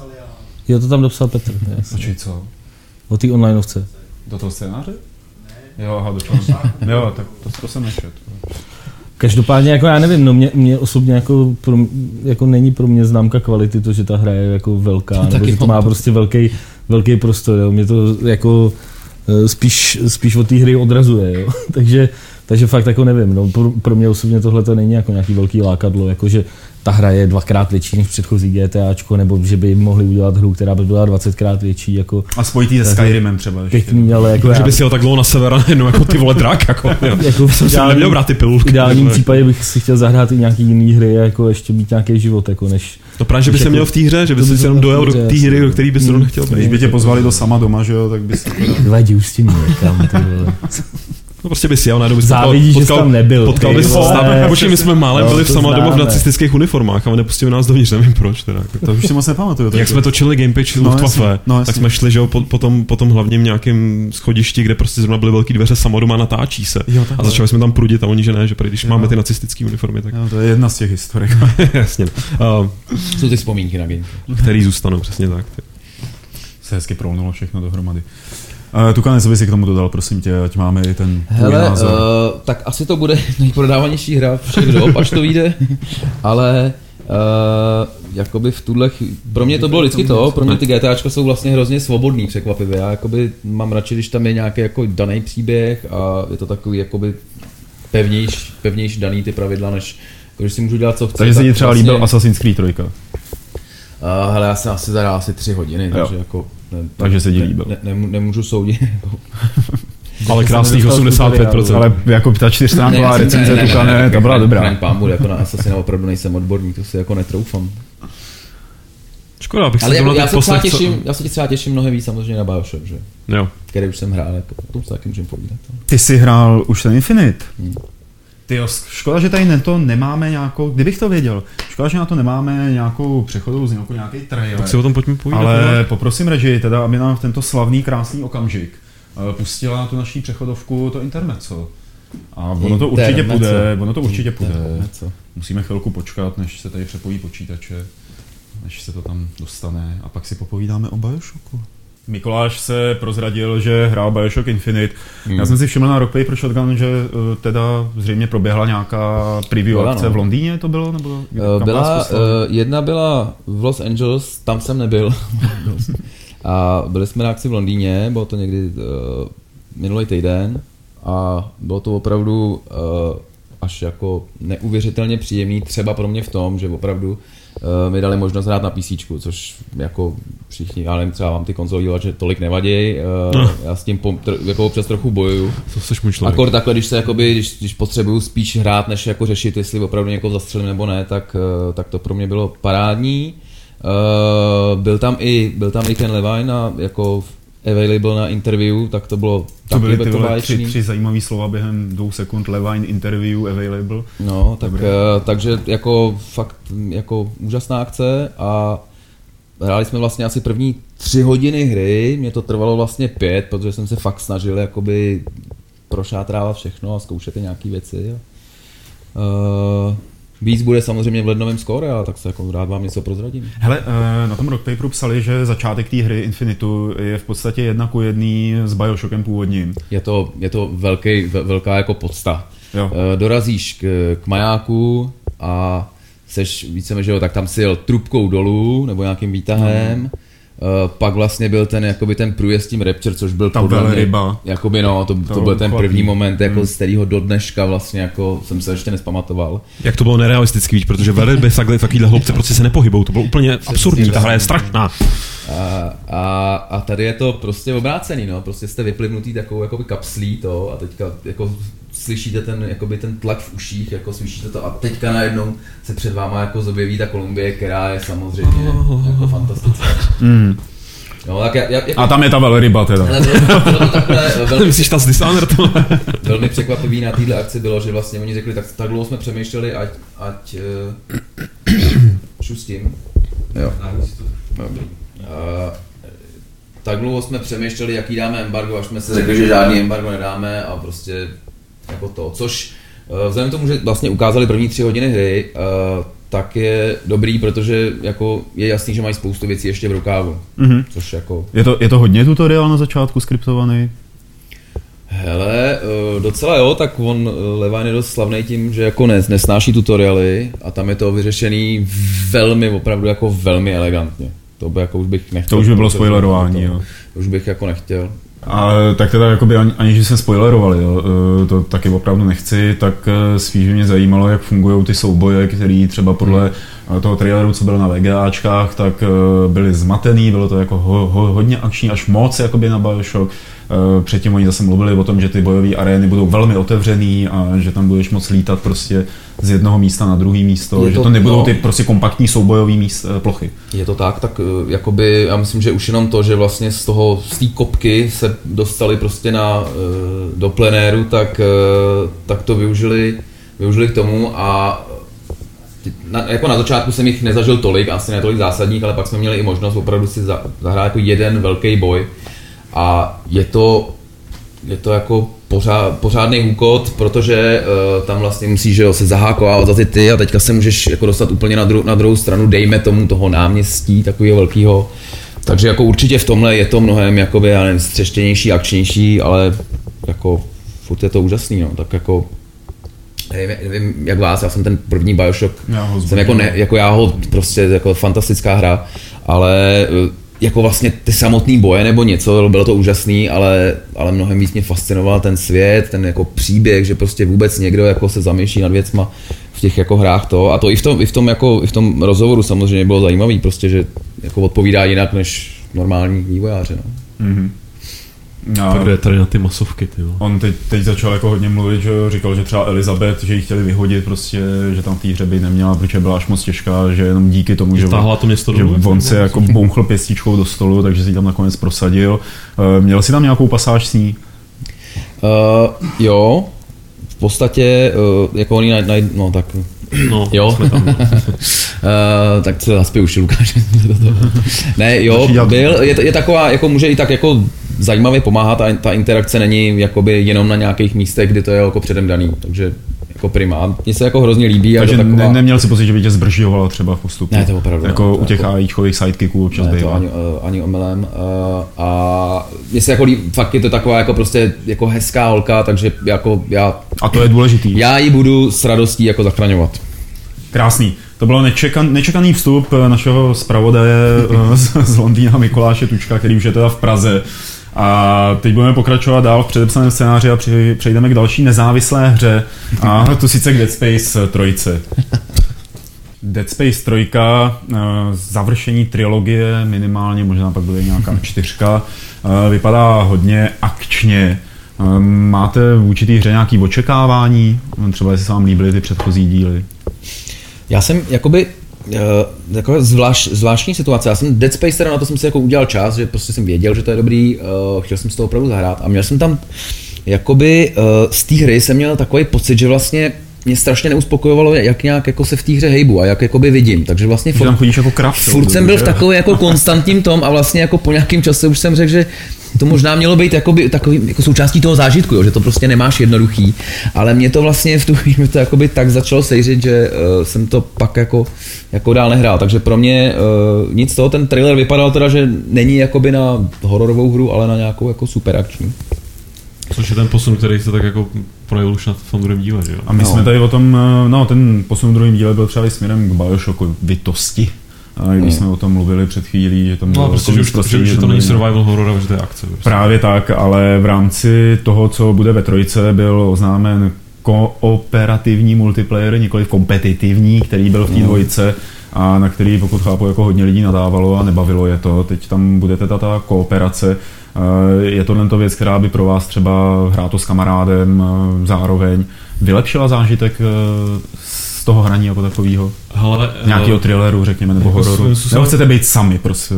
Jo, to tam dopsal Petr. Oči co? O té onlineovce. Do toho scénáře? Ne. Jo, aha, do toho. Jo, tak to, to jsem nešel. Každopádně, jako já nevím, no mě, mě osobně jako, pro, jako není pro mě známka kvality to, že ta hra je jako velká, to nebo že to má prostě velký, velký prostor, jo. Mě to jako spíš, spíš od té hry odrazuje, jo. takže, takže fakt jako nevím, no, pro, pro mě osobně tohle to není jako nějaký velký lákadlo, jakože ta hra je dvakrát větší než předchozí GTAčko, nebo že by mohli udělat hru, která by byla dvacetkrát větší. Jako, a spojit se Skyrimem třeba ještě. Pěkný, ale jako... Že by si jel tak dlouho na sever a najednou jako ty vole drak, jako, jako jsem si neměl brát ty pilulky. V ideálním případě bych si chtěl zahrát i nějaký jiný hry, jako ještě mít nějaký život, jako než... No právě, že by se měl v té hře, že by si jenom dojel do té hry, do který by se to nechtěl. Když by tě pozvali do sama doma, že jo, tak bys... Vladí už s tím někam, ty vole. No prostě bys jel, najednou bys Závidí, potkal, že tam nebyl. Potkal bys s námi, počkej, my jsme málem byli v sama doma v nacistických uniformách, ale nepustili nás dovnitř, nevím proč teda. To už si moc nepamatuju. Jak jsme točili gamepage Luftwaffe, no, tak jsme šli, že jo, po, po, tom, po tom hlavním nějakém schodišti, kde prostě zrovna byly velké dveře, sama doma natáčí se. Jo, a začali jsme tam prudit a oni, že ne, že když jo. máme ty nacistické uniformy, tak... Jo, to je jedna z těch historik. Jasně. Uh, Jsou ty vzpomínky na game. Který zůstanou, přesně tak. Se hezky prolnulo všechno dohromady. Uh, Tukane, co by si k tomu dodal, prosím tě, ať máme i ten Hele, názor. Uh, tak asi to bude nejprodávanější hra všech dob, až to vyjde, ale uh, jakoby v tuhle chvíli, pro mě to bylo vždycky to, pro mě ty GTAčka jsou vlastně hrozně svobodný překvapivě, já jakoby mám radši, když tam je nějaký jako daný příběh a je to takový jakoby pevnější, pevnější daný ty pravidla, než jako, že si můžu dělat co chci. Takže se ti třeba vlastně... líbil Assassin's Creed tři? Uh, hele, já jsem asi zahrál asi tři hodiny, jo. takže jako... Ne, takže se ti líbil. Ne, ne, nemůžu soudit. Ale krásných osmdesát pět procent. Ale jako ta čtyřstránková recenze Tukane, ta byla dobrá. Ne, pámu, jako na Assassina opravdu nejsem odborník, to si jako netroufám. Škoda, abych ale se jako, já, se poslech, těším, já se třeba těším mnohem víc samozřejmě na Bioshock, že? Jo. Který už jsem hrál, jako, to se taky můžeme povídat. Ty jsi hrál už ten Infinite? Hmm. Tyjo, škoda, že tady to nemáme nějakou, kdybych to věděl, škoda, že na to nemáme nějakou přechodovou znělku, nějaký trailer. Tak si o tom pojďme povídat. Ale poprosím režii teda, aby nám v tento slavný, krásný okamžik pustila tu naší přechodovku, to intermezzo. A ono to určitě půjde, ono to určitě půjde. Musíme chvilku počkat, než se tady přepojí počítače, než se to tam dostane a pak si popovídáme o Bioshocku. Mikuláš se prozradil, že hrál Bioshock Infinite. Hmm. Já jsem si všiml na Rock Paper Shotgun, že teda zřejmě proběhla nějaká preview byla, akce no. v Londýně, to bylo? Nebo byla, uh, jedna byla v Los Angeles, tam jsem nebyl. A byli jsme na akci v Londýně, bylo to někdy uh, minulý týden a bylo to opravdu uh, až jako neuvěřitelně příjemný, třeba pro mě v tom, že opravdu uh, mi dali možnost hrát na PCčku, což jako všichni, já nevím, třeba vám ty konzole dělat, že tolik nevadí, uh, no. já s tím pom- tr- jako občas trochu bojuju. To jsi můj člověk. Akor takhle, když se jakoby, když, když potřebuju spíš hrát, než jako řešit, jestli opravdu někoho zastřelím nebo ne, tak, uh, tak to pro mě bylo parádní. Uh, byl tam i, byl tam i Ken Levine a jako available na interview, tak to bylo to byly ty vole tři, tři zajímavý slova během dvou sekund, Levine interview available. No, tak, uh, takže jako fakt jako úžasná akce a hráli jsme vlastně asi první tři hodiny hry, mě to trvalo vlastně pět, protože jsem se fakt snažil jakoby prošátrávat všechno a zkoušet nějaký věci. Uh, Víc bude samozřejmě v lednovém skóre, ale tak se jako rád vám něco prozradím. Hele, na tom Rock Paperu psali, že začátek té hry Infinitu je v podstatě jedna ku jedný s Bioshockem původním. Je to, je to velký, velká jako podsta. Jo. Dorazíš k, k majáku a seš víceméně, že jo, tak tam si jel trubkou dolů nebo nějakým výtahem. Mm. Uh, pak vlastně byl ten, jakoby ten průjezd tím Rapture, což byl tam podle mě, ryba. Jakoby no, to, to, to byl ten chladný. První moment, jako hmm. z kterého do dneška vlastně jako jsem se ještě nespamatoval. Jak to bylo nerealistický, víš, protože velryby takhle takovýhle hloubce prostě se nepohybou, to bylo úplně absurdní, ta hra je strašná. A, a, a tady je to prostě obrácený, no, prostě jste vyplivnutý takovou jakoby kapslí to a teďka jako slyšíte ten, jakoby ten tlak v uších, jako slyšíte to a teďka najednou se před váma jako zobjeví ta Kolumbie, která je samozřejmě jako fantastická. Mm. No, tak já, já, jako, a tam je ta velryba teda. Velmi, myslíš ta z Dishonored? Velmi překvapivý na téhle akci bylo, že vlastně oni řekli, tak, tak dlouho jsme přemýšleli, ať, ať uh, šustím. Jo. Uh, tak dlouho jsme přemýšleli, jaký dáme embargo, až jsme se řekli, že žádný embargo nedáme a prostě jako to, což uh, vzhledem tomu, že vlastně ukázali první tři hodiny hry, uh, tak je dobrý, protože jako je jasný, že mají spoustu věcí ještě v rukávu. Mm-hmm. Což jako... Je to, je to hodně tutoriál na začátku skriptovaný? Hele, docela jo, tak on, Levine je dost slavný tím, že jako ne, nesnáší tutoriály a tam je to vyřešený velmi, opravdu jako velmi elegantně. To by jako už bych nechtěl. To už by bylo spoilerování, jo. To už bych jako nechtěl. A tak teda jakoby ani, aniž jsme spoilerovali, jo, to taky opravdu nechci, tak spíš mě zajímalo, jak fungují ty souboje, které třeba podle toho traileru, co bylo na VGAčkách, tak byly zmatený, bylo to jako ho, ho, hodně akční, až moc jakoby na BioShock. Předtím oni zase mluvili o tom, že ty bojové arény budou velmi otevřený a že tam budeš moc lítat prostě z jednoho místa na druhé místo, je že to, to nebudou no, ty prostě kompaktní soubojové míst, plochy. Je to tak, tak jakoby já myslím, že už jenom to, že vlastně z toho, z té kopky se dostali prostě na, do plenéru, tak, tak to využili, využili k tomu a na, jako na začátku jsem jich nezažil tolik, asi ne tolik zásadních, ale pak jsme měli i možnost opravdu si za, zahrát jako jeden velký boj. A je to, je to jako pořád, pořádný hůkot, protože uh, tam vlastně musíš že jo, se zahákovávat za ty ty a teďka se můžeš jako dostat úplně na, dru- na druhou stranu, dejme tomu toho náměstí, takového velkého. Takže jako určitě v tomhle je to mnohem jakoby, já nevím, střeštěnější, akčnější, ale jako furt je to úžasný, no, tak jako nevím, nevím jak vás, já jsem ten první BioShock, já jsem jako, ne, jako já ho prostě jako fantastická hra, ale jako vlastně ty samotný boje nebo něco, bylo to úžasný, ale, ale mnohem víc mě fascinoval ten svět, ten jako příběh, že prostě vůbec někdo jako se zamýšlí nad věcma v těch jako hrách to a to i v tom, i v tom, jako, i v tom rozhovoru samozřejmě bylo zajímavý, prostě, že jako odpovídá jinak než normální vývojáři. No. Mm-hmm. No, tak jde tady na ty masovky, ty. On teď, teď začal jako hodně mluvit, že říkal, že třeba Elizabeth, že ji chtěli vyhodit prostě, že tam v té hře by neměla, protože byla až moc těžká, že jenom díky tomu, že, to město že on se jako bouchl pěstičkou do stolu, takže si ji tam nakonec prosadil. Měl jsi tam nějakou pasáž s ní? Uh, jo, v podstatě, uh, jako oni naj, naj, no tak... No, jo. Tam, no. uh, tak se zaspěj už, Lukáš. Ne, jo, byl, je, je taková, jako může i tak jako zajímavě pomáhat a ta interakce není jakoby jenom na nějakých místech, kdy to je jako předem daný, takže jako prima. Mně se jako hrozně líbí. Takže taková... ne, neměl si pocit, že by tě zdržovalo třeba v postupu? Ne, to opravdu. Jako u těch jako... AIčkových sidekicků občas ne, to ani, ani omylem. Uh, a mně se jako líbí, fakt je to taková jako prostě jako hezká holka, takže jako já... A to je důležitý. Já ji budu s radostí jako zachraňovat. Krásný. To byl nečekan, nečekaný vstup našeho zpravodaje z, z Londýna Mikuláše Tučka, který už je teda v Praze. A teď budeme pokračovat dál v předepsaném scénáři a při, přejdeme k další nezávislé hře. A to sice k Dead Space tři. Dead Space tři, završení trilogie minimálně, možná pak bude nějaká čtyřka, vypadá hodně akčně. Máte v určitý hře nějaké očekávání? Třeba jestli se vám líbily ty předchozí díly? Já jsem jakoby uh, jako zvlášť, zvláštní situace. Já jsem Dead Space, teda na to jsem si jako udělal čas, že prostě jsem věděl, že to je dobrý, uh, chtěl jsem si to opravdu zahrát a měl jsem tam jakoby uh, z té hry jsem měl takový pocit, že vlastně mě strašně neuspokojovalo, jak nějak jako se v té hře hejbu a jak jakoby vidím. Takže vlastně furt, tam chodíš jako kraft, furt jsem byl v takovém jako konstantním tom a vlastně jako po nějakém čase už jsem řekl, že to možná mělo být jakoby, takový, jako součástí toho zážitku, jo, že to prostě nemáš jednoduchý, ale mě to vlastně v tu chvíli to jakoby tak začalo sejřit, že uh, jsem to pak jako, jako dál nehrál, takže pro mě uh, nic z toho, ten trailer vypadal teda, že není jakoby na hororovou hru, ale na nějakou jako super akční. Což je ten posun, který se tak jako projevil už na tom druhém díle, že jo? A my no. jsme tady o tom, no ten posun v druhém díle byl třeba i směrem k BioShocku, vitosti. A když no. jsme o tom mluvili před chvílí, že tam bylo... No, prostě, že už prostředí, že to není survival horror, ale že to je akce. Prostě. Právě tak, ale v rámci toho, co bude ve trojce, byl oznámen kooperativní multiplayer, nikoli kompetitivní, který byl v té dvojce a na který, pokud chápu, jako hodně lidí nadávalo a nebavilo je to. Teď tam bude ta, ta kooperace. Je to tento věc, která by pro vás třeba hrát to s kamarádem zároveň vylepšila zážitek z toho hraní jako takového? Nějakého thrilleru, řekněme, nebo hororu. Nebo chcete být sami prostě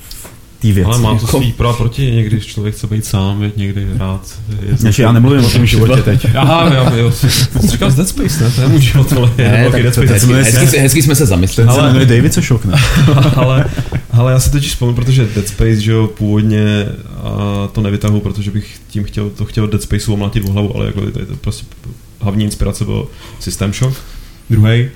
té věci? Ale má to svý pro proti, někdy člověk chce být sám, někdy rád. Než já nemluvím o tom životě teď. Aha, já, jo, jsi říkal z Dead Space, ne? To je můj život, ale ne, tak Dead Space. Hezky, hezky, hezky jsme se zamysleli. Ten se jmenuje David Sešok, ne? ale, ale já si totiž vzpomínám, protože Dead Space, že jo, původně a to nevytahu, protože bych tím chtěl, to chtěl Dead Spaceu omlátit v hlavu, ale jako to, to prostě hlavní inspirace byl System Shock, druhý.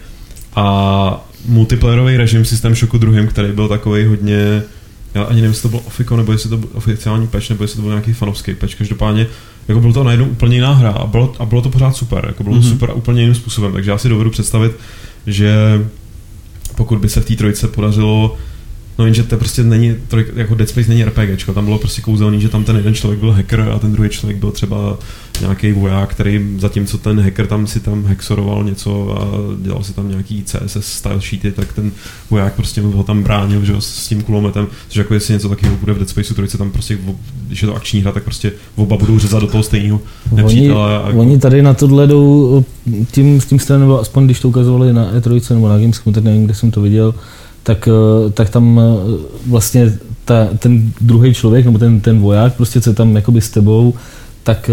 A multiplayerový režim System Shocku druhým, který byl takovej hodně, já ani nevím, jestli to bylo ofiko, nebo jestli to byl oficiální patch, nebo jestli to byl nějaký fanovský patch, každopádně jako bylo to najednou úplně jiná hra a bylo, a bylo to pořád super, jako bylo to mm-hmm. super a úplně jiným způsobem, takže já si dovedu představit, že pokud by se v té trojce podařilo No jenže to prostě není, jako Dead Space není RPGčko, tam bylo prostě kouzelný, že tam ten jeden člověk byl hacker a ten druhý člověk byl třeba nějaký voják, který zatímco ten hacker tam si tam hexoroval něco a dělal si tam nějaký C S S style sheety, tak ten voják prostě ho tam bránil, že s tím kulometem, což jako jestli něco takového bude v Dead Spaceu trojce, tam prostě, když je to akční hra, tak prostě oba budou řezat do toho stejného nepřítele. Oni, oni tady na tohle jdou tím, tím stylem, nebo aspoň když to ukazovali na E tři nebo na Gamescomu, tak nevím, kde jsem to viděl, tak, tak tam vlastně ta, ten druhý člověk, nebo ten, ten voják, prostě co je tam jakoby s tebou, tak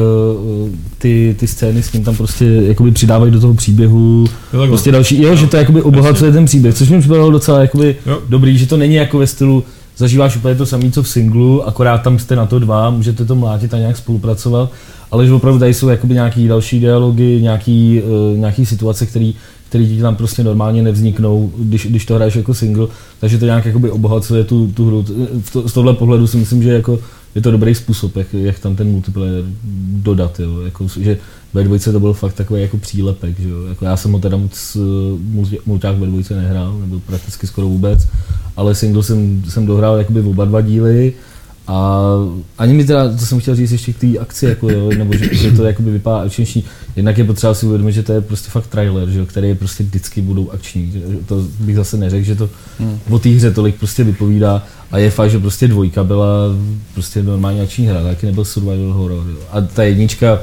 ty, ty scény s ním tam prostě jakoby přidávají do toho příběhu prostě další, jo, jo, že to jakoby obohacuje ten příběh, což mi připadalo docela jakoby dobrý, že to není jako ve stylu zažíváš úplně to samé, co v singlu, akorát tam jste na to dva, můžete to mlátit a nějak spolupracovat, ale že opravdu tady jsou jakoby nějaký další dialogy, nějaký, uh, nějaký situace, který které ti tam prostě normálně nevzniknou, když, když to hraješ jako single, takže to nějak jakoby obohacuje tu, tu hru. To, z tohle pohledu si myslím, že jako je to dobrý způsob, jak, jak tam ten multiplayer dodat, jo. Jako, že ve dvojce to byl fakt takový jako přílepek, že jo. Jako já jsem ho teda moc mulťák ve dvojce nehrál, nebyl prakticky skoro vůbec, ale single jsem, jsem dohrál jakoby oba dva díly. A ani mi teda, to jsem chtěl říct ještě k té akci, jako jo, nebo že, že to jakoby vypadá akčnější. Jednak je potřeba si uvědomit, že to je prostě fakt trailer, že jo, který je prostě vždycky budou akční. Že, to bych zase neřekl, že to hmm. o té hře tolik prostě vypovídá. A je fakt, že prostě dvojka byla prostě normální akční hra, taky nebyl survival horror. Jo. A ta jednička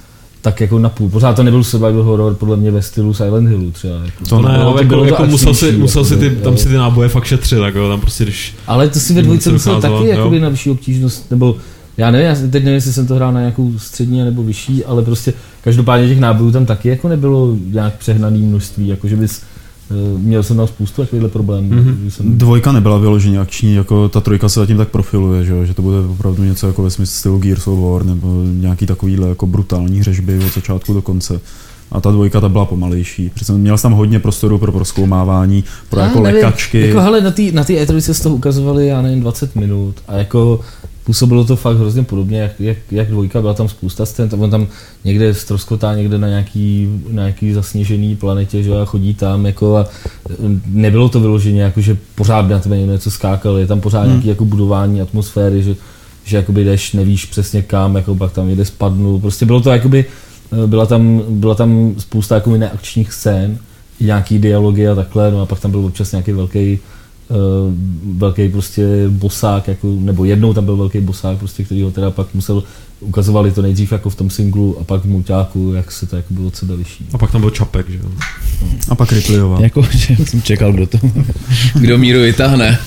tak jako na půl. Pořád to nebyl survival horror podle mě ve stylu Silent Hillu třeba. Jako. To ne, bylo, jako, jako musel si, musel si ty, tam si ty náboje fakt šetřit, jako tam prostě když... Ale to si ve dvojce musel taky jakoby na vyšší obtížnost, nebo já nevím, já teď nevím, jestli jsem to hrál na nějakou střední nebo vyšší, ale prostě každopádně těch nábojů tam taky jako nebylo nějak přehnaný množství, jako že bys měl jsem tam spoustu takovýchhle problémů. Mm-hmm. Jsem... Dvojka nebyla vyloženě akční, jako ta trojka se zatím tak profiluje, že, že to bude opravdu něco jako ve smyslu stylu Gears of War nebo nějaký takovýhle jako brutální hřežby od začátku do konce. A ta dvojka ta byla pomalejší. Přece měl jsem tam hodně prostoru pro prozkoumávání, pro já jako nevím, lékačky. Jako hele, na té na E tři z toho ukazovali, já nevím, dvacet minut a jako působilo to fakt hrozně podobně, jak, jak, jak dvojka, byla tam spousta scén, on tam někde ztroskotá někde na nějaký, na nějaký zasněžený planetě, že a chodí tam, jako a nebylo to vyloženě, jako že pořád na tebe něco skákal, je tam pořád hmm. nějaký jako budování atmosféry, že, že jakoby jdeš, nevíš přesně kam, jako pak tam jde spadnul, prostě bylo to jakoby, byla tam, byla tam spousta jakoby neakčních scén, nějaký dialogy a takhle, no a pak tam byl občas nějaký velký Uh, velký prostě bosák, jako, nebo jednou tam byl velký bosák, prostě, který ho teda pak musel, ukazovali to nejdřív jako v tom singlu a pak v mulťáku, jak se to jako bylo od sebe liší. A pak tam byl Čapek, že jo? No. A pak Ripleyová. Jako, že jsem čekal, kdo to, kdo míru vytáhne.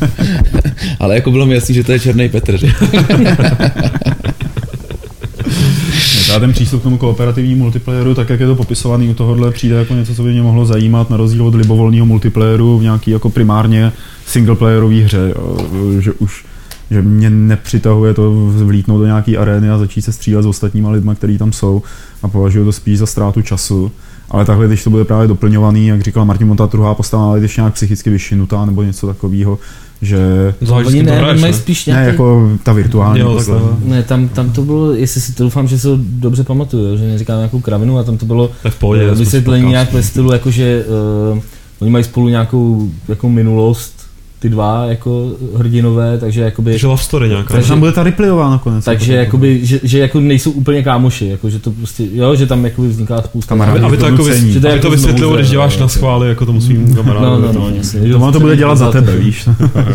Ale jako bylo mi jasný, že to je Černý Petr, že? Já ten přístup k tomu kooperativnímu multiplayeru, tak jak je to popisovaný u tohohle, přijde jako něco, co by mě mohlo zajímat, na rozdíl od libovolného multiplayeru v nějaký jako primárně singleplayerové hře, že už že mě nepřitahuje to vlítnout do nějaký arény a začít se střílet s ostatníma lidma, kteří tam jsou a považuji to spíš za ztrátu času. Ale takhle, když to bude právě doplňovaný, jak říkal Martin, on ta druhá postava, ale když nějak psychicky vyšinutá nebo něco takového, že... Oni ne, hraješ, mají spíš nějaký... Ne, jako ta virtuální jo, postava. Ne, tam, tam to bylo, jestli si to doufám, že se to dobře pamatuju, že neříkám nějakou kravinu a tam to bylo pohodě, vysvětlení nějak ve stylu, jakože uh, oni mají spolu nějakou jako minulost, ty dva jako hrdinové, takže jakoby... Takže love story nějaká. Takže tam bude ta Ripleyová nakonec. Takže jakoby, že, že jako nejsou úplně kámoši, jako že to prostě, jo, že tam jakoby vzniká spousta... Kamarádi, aby to, jako vys, že to, aby to vysvětlilo, když děláš na schvály jako tomu svým kamarádům. No, no, no, jasně. To on to bude dělat za tebe, víš.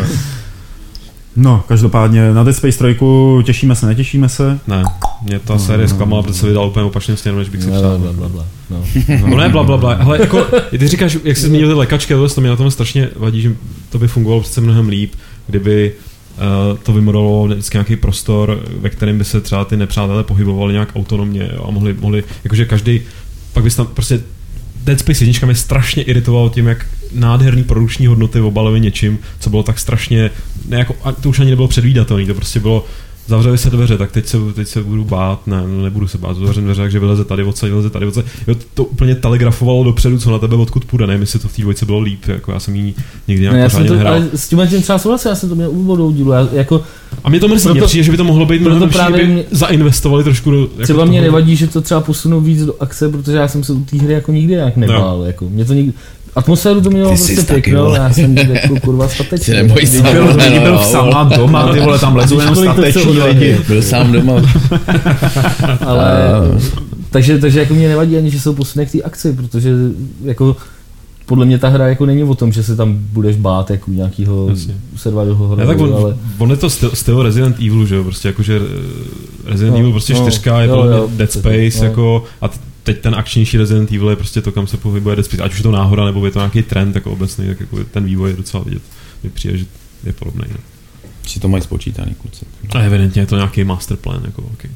No, každopádně na Dead Space tři těšíme se, netěšíme se? Ne, mě ta série zklamala, protože se vydala úplně opačným směrem, než bych si přál. Bla, bla, bla. No. No ne, bla, bla, bla. Ale jako, ty říkáš, jak jsi zmínil ty lékačky, to mě na tom strašně vadí, že to by fungovalo přece mnohem líp, kdyby uh, to vymodelovalo vždycky nějaký prostor, ve kterém by se třeba ty nepřátelé pohybovali nějak autonomně, jo, a mohli, mohli, jakože každý, pak bys tam prostě Dead Space jednička mě strašně iritoval tím, jak nádherný produkční hodnoty obalily něčím, co bylo tak strašně, ne, jako, a to už ani nebylo předvídatelné, to prostě bylo, zavřeli se dveře, tak teď se, teď se budu bát, ne, no nebudu se bát, zavřen dveře, takže vyleze tady odsaď, vyleze tady odsaď, jo, to úplně telegrafovalo dopředu, co na tebe odkud půjde, nevím, jestli to v té dvojce bylo líp, jako já jsem jí nikdy nějak no, pořádně nehrál. Ale s tím tím třeba souhlasím, já jsem to měl úvodou dílu, já, jako A mě to mrzí, proto, mě přijde, že by to mohlo být mnohem lepší, kdyby mě, zainvestovali trošku do... Jako třeba mě nevadí, že to třeba posunou víc do akce, protože já jsem se u té hry jako nikdy nějak nebál. No. Jako, mě to nikdy... Atmosféru to mělo prostě pěknou, já jsem jako kurva statečný. Neboj se. Byl, lidi byl sám doma, ty vole, tam lezou jenom stateční lidi. Byl sám doma. Ale, takže, takže jako mě nevadí ani, že jsou posuné k té akci, protože jako podle mě ta hra jako není o tom, že se tam budeš bát jako nějakého survivalového hru. Tak on, ale... on je to styl, styl Resident Evil, že jo, prostě jakože Resident no, Evil prostě no, čtyřka je jo, podle mě Dead Space no. Jako a teď ten akčnější Resident Evil je prostě to, kam se pohybuje Dead Space, ať už je to náhoda, nebo je to nějaký trend jako obecný, tak jako ten vývoj je docela vidět. Mi přijde, že je podobný. Ne? Si to mají spočítaný, kluci. A evidentně je to nějaký masterplan, jako okay,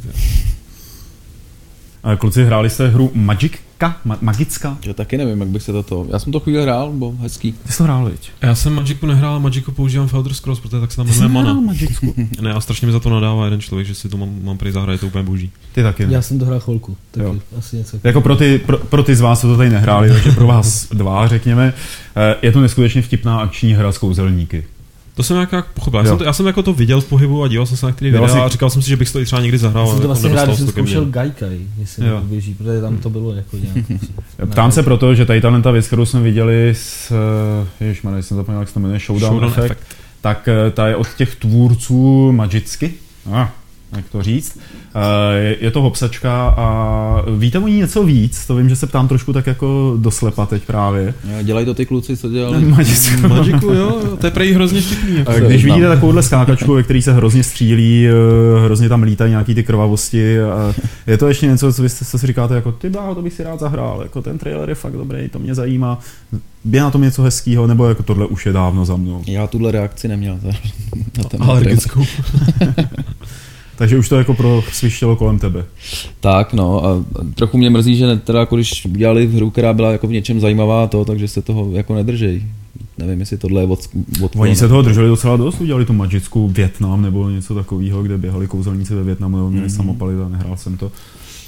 Kluci, hráli jste hru Magicka? Ma- Magicka? Já taky nevím, jak bych se to... Já jsem to chvíli hrál, bo hezký. Ty jsi to hrál, viď? Já jsem Magicu nehrál, Magicu používám v Elder Scrolls, protože tak se tam jmenuje Mana. Magicku. Ne, a strašně mi za to nadává jeden člověk, že si to mám, mám prej zahrát, je to úplně boží. Ty taky. Já jsem to hrál chvilku, taky asi něco. Jako pro ty, pro, pro ty z vás, co to tady nehráli, takže pro vás dva, řekněme, je to neskutečně vtipná akční hra s kouzelníky. To jsem nějak pochopil. Já jsem, to, já jsem jako to viděl v pohybu a díval jsem se na který videa a říkal jsem si, že bych to i třeba někdy zahrál. Já jsem to vlastně jako rád, že jsem zkoušel Gaikai, jestli to běží, protože tam to bylo jako nějak. Ptám se proto, že tady ta věc, kterou jsme viděli s, ježišmarja, jsem zapomněl, jak se to jmenuje, Showdown, Showdown Effect, Effect, tak ta je od těch tvůrců Magicky. Ah. Jak to říct. Je to hopsačka a víte o ní něco víc? To vím, že se ptám trošku tak jako doslepa teď právě. Dělají to ty kluci, co dělali? Magicu. Magicu, jo, to je prej hrozně vtipný. Jako když vidíte takovouhle skákačku, ve který se hrozně střílí, hrozně tam lítají nějaký ty krvavosti, a je to ještě něco, co, vy, co si říkáte, jako ty bláho, to bych si rád zahrál, jako ten trailer je fakt dobrý, to mě zajímá. Je na tom něco hezkýho, nebo jako tohle už je dávno za mnou? Já tuhle reakci neměl. Na ten alergickou. Takže už to jako prosvištělo kolem tebe. Tak no a trochu mě mrzí, že ne, teda jako když udělali hru, která byla jako v něčem zajímavá to, takže se toho jako nedržej. Nevím, jestli tohle je od... od Oni se toho drželi docela dost, udělali tu Magicku Vietnam nebo něco takového, kde běhali kouzelníci ve Vietnamu nebo měli mm-hmm. samopaly a nehrál jsem to.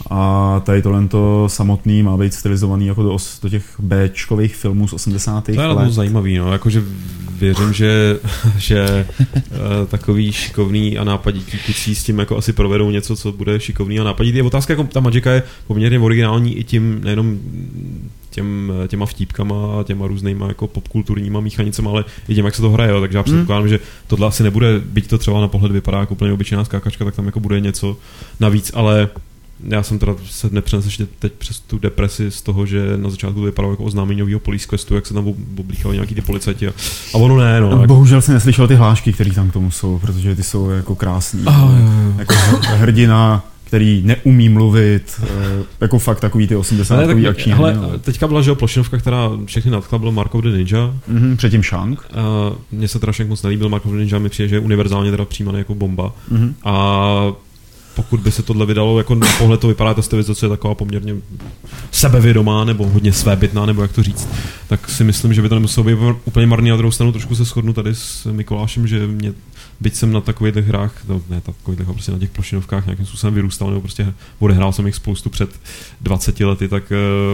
A tady tohle to samotný má být stylizovaný jako do, os, do těch béčkových filmů z osmdesátých let. To je zajímavý, no, jakože věřím, že, že uh, takový šikovný a nápadití kucí s tím jako asi provedou něco, co bude šikovný a nápaditý. Je otázka, jako ta Magica je poměrně originální i tím, nejenom těm, těma vtípkama a těma různýma jako popkulturníma míchanicema, ale i tím, jak se to hraje, jo. Takže já předpokládám, mm. že tohle asi nebude, byť to třeba na pohled vypadá jako úplně obyčejná skákačka, tak tam jako bude něco navíc, ale já jsem teda se nepřenesl ještě teď přes tu depresi z toho, že na začátku to vypadalo jako oznámení nového Police Questu, jak se tam oblíkali nějaký ty policajti a, a ono ne, no. Bohužel jsem neslyšel ty hlášky, které tam k tomu jsou, protože ty jsou jako krásný. Oh, jo, jo. Jako hrdina, který neumí mluvit, jako fakt takový ty osmdesátkový akční. Ale teďka byla, že plošinovka, která všechny nadchla, byl Mark of the Ninja. Mm-hmm, předtím Shank. Uh, mně se teda Shank moc nelíbil, Mark of the Ninja mi přijde, že je univerzálně teda přijímaný jako bomba. Mm-hmm. A pokud by se tohle vydalo, jako na pohled to vypadá, ta stylizace je taková poměrně sebevědomá, nebo hodně svébytná, nebo jak to říct, tak si myslím, že by to nemuselo být úplně marný. Na druhou stranu trošku se shodnu tady s Mikulášem, že mě, byť jsem na takových hrách, no, ne takových, prostě na těch plošinovkách nějakým způsobem vyrůstal, nebo prostě odehrál jsem jich spoustu před dvaceti lety, tak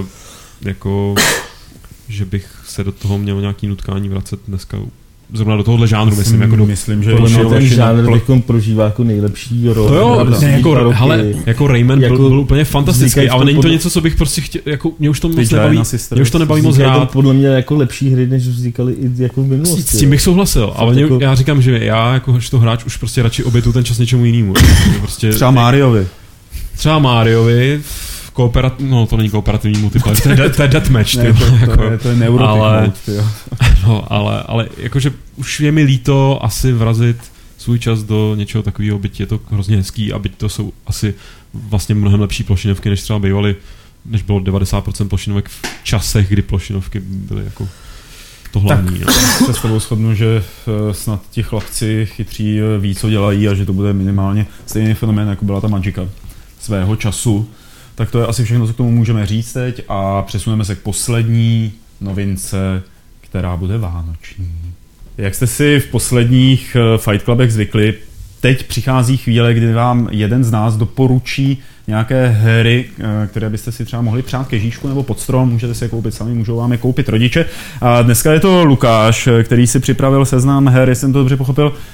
jako, že bych se do toho měl nějaký nutkání vracet dneska zrovna do tohohle žánru, myslím, jako do... Myslím, že podle mě ten žánr bychom prožívá jako nejlepší rok. To jo, ne, jako, hele, jako Rayman jako byl, byl úplně fantastický, ale není to něco, co bych prostě chtěl, jako mě už to moc nebaví, mě už to nebaví moc hrát. Podle mě jako lepší hry, než vznikaly i jako v minulosti. S tím bych souhlasil, ale mě, já říkám, že já jako to hráč už prostě radši obětu ten čas něčemu jinému. Prostě, třeba Mariovi. Třeba Mariovi, Kooperat... No, to není kooperativní multiplayer, to je, to je deathmatch, ne, to, jako, to, je, to je neurotic ale, mode, tyjo. No, ale, ale jakože už je mi líto asi vrazit svůj čas do něčeho takového, byť je to hrozně hezký a byť to jsou asi vlastně mnohem lepší plošinovky, než třeba bývaly, než bylo devadesát procent plošinovek v časech, kdy plošinovky byly jako to hlavní. Tak se s tebou shodnu, že snad ti chlapci chytří ví, co dělají a že to bude minimálně stejný fenomén, jako byla ta Magica svého času. Tak to je asi všechno, co k tomu můžeme říct teď a přesuneme se k poslední novince, která bude vánoční. Jak jste si v posledních Fight Clubech zvykli, teď přichází chvíle, kdy vám jeden z nás doporučí nějaké hry, které byste si třeba mohli přát ke žíšku nebo pod strom, můžete si je koupit sami, můžou vám je koupit rodiče. A dneska je to Lukáš, který si připravil seznam her, jestli jsem to dobře pochopil,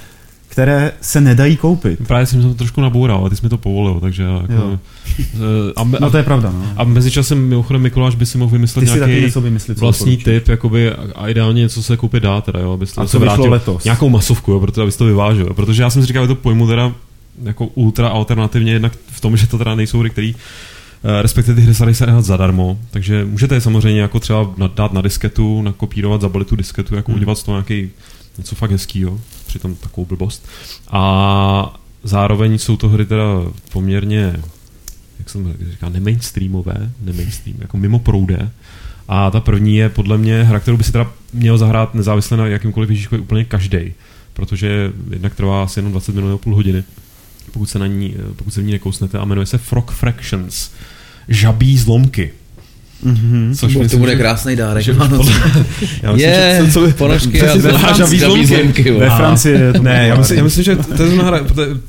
které se nedají koupit. Právě jsem to trošku naboural, ale ty jsi mi to povolil, takže jako... A, a, no to je pravda, no. A mezičasem mimochodem Mikuláš by si mohl vymyslet nějaký vlastní typ, jakoby, a ideálně něco se koupit dá teda, jo, abyste a co vyšlo letos? Nějakou masovku, jo, protože abys to vyvážil, protože já jsem si říkal, že to pojmu teda jako ultra alternativně jednak v tom, že to teda nejsou hry, který respektive ty hry se dají se hrát zadarmo, takže můžete je samozřejmě jako třeba dát na disketu, nakopírovat, zabalit tu disketu, jako hmm. udělat z toho nějaký něco fakt hezkýho, přitom takovou blbost. A zároveň jsou to hry teda poměrně, jak jsem říkal, nemainstreamové, nemainstream, jako mimo proude. A ta první je podle mě hra, kterou by si teda měl zahrát nezávisle na jakýmkoliv Ježíškovi úplně každej, protože jednak trvá asi jenom dvacet minut nebo půl hodiny, pokud se na ní, pokud se v ní nekousnete, a jmenuje se Frog Fractions. Žabí zlomky. Mm-hmm. Což to myslím, bude krásný dárek. Že, podle, já myslím, je, že co, co, ponožky a žabí zlomky. Ve Francii je to ne, já myslím, já myslím, že to je hra,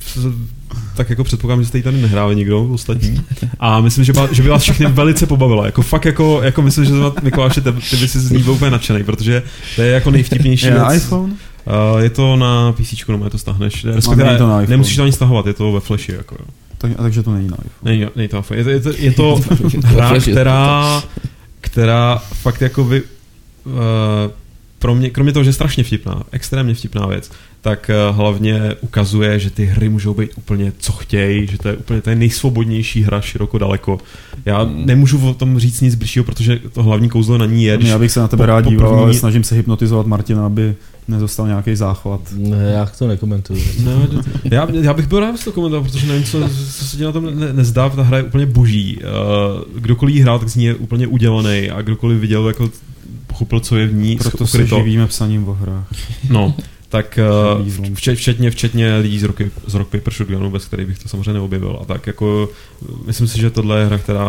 tak jako předpokládám, že jste ji tady nehráli nikdo ostatní. A myslím, že, by, že by vás všechny velice pobavila. Jako fakt jako, jako myslím, že Mikuláši, ty, ty by si z ní byl úplně nadšenej, protože to je jako nejvtipnější je věc. Na iPhone? Uh, je to na PCčku, no, je to stáhneš. Respektive to na nemusíš to ani stahovat, je to ve Flashi. Jako, jo. Tak, a takže to není na iPhone. Není, není to iPhone. Je to, je to, je to hra, která, která fakt jako vy, uh, pro mě, kromě toho, že je strašně vtipná, extrémně vtipná věc, tak uh, hlavně ukazuje, že ty hry můžou být úplně co chtějí, že to je úplně ta nejsvobodnější hra široko daleko. Já hmm. nemůžu o tom říct nic bližšího, protože to hlavní kouzlo na ní je. Já bych se na tebe po, rád díval, ale snažím se hypnotizovat Martina, aby nezostal nějaký záchvat. Ne, já to nekomentuju. No, já, já bych byl rád, že to komentoval, protože nevím, co, co se ti na tom ne, nezdá, ta hra je úplně boží. Uh, kdokoliv jí hrál, tak z ní je úplně udělaný a kdokoliv viděl, jako pochopil, co je v ní. Proto se živíme psaním o hrách. No, tak uh, včetně, včetně lidí z Rock, z Rock Paper Shotgunu, bez kterých bych to samozřejmě neobjevil. A tak jako, myslím si, že tohle je hra, která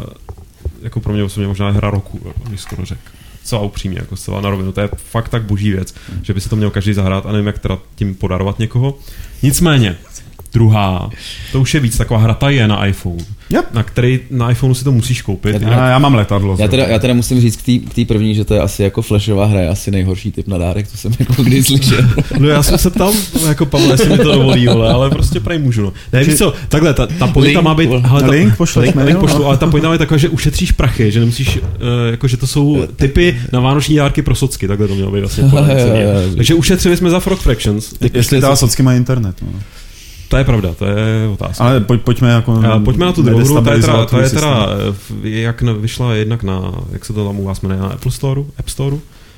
jako pro mě osobně možná je hra roku, bych skoro řekl. Celá upřímně, jako celá na rovinu. To je fakt tak boží věc, že by si to měl každý zahrát a nevím, jak teda tím podarovat někoho. Nicméně, druhá, to už je víc, taková hra ta je na iPhone. Yep. Na který na iPhoneu si to musíš koupit. Já, já, já mám letadlo. Já teda, já teda musím říct k té první, že to je asi jako flashová hra, je asi nejhorší typ na dárek, to jsem jako kdy slyšel. No já jsem se ptal, jako Pavel, jestli mi to dovolí, vole, ale prostě prej můžu. No. Ne, víš co, takhle, ta, ta pointa má být... Hele, ta, link pošleš link, link pošlu, ale ta pointa má být taková, že ušetříš prachy, že nemusíš, uh, jako že to jsou typy na vánoční dárky pro socky, takhle to mělo být vlastně. Takže ušetřili jsme za Frog Fractions. Jestli dá socky má internet, no. To je pravda, to je otázka. Ale pojď, pojďme jako... A pojďme na tu druhou hru, to je teda, to je teda jak vyšla jednak na, jak se to tam u vás jmenuje, na Apple Store, App Store.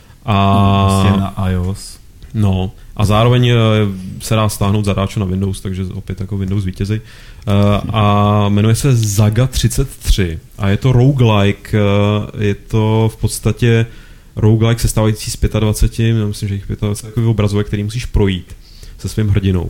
A vlastně na iOS. No, a zároveň se dá stáhnout zadáčo na Windows, takže opět jako Windows vítězí. A jmenuje se Zaga třicet tři a je to roguelike, je to v podstatě roguelike sestávající z dvacet pět, myslím, že jich dvacet pět obrazovek, který musíš projít se svým hrdinou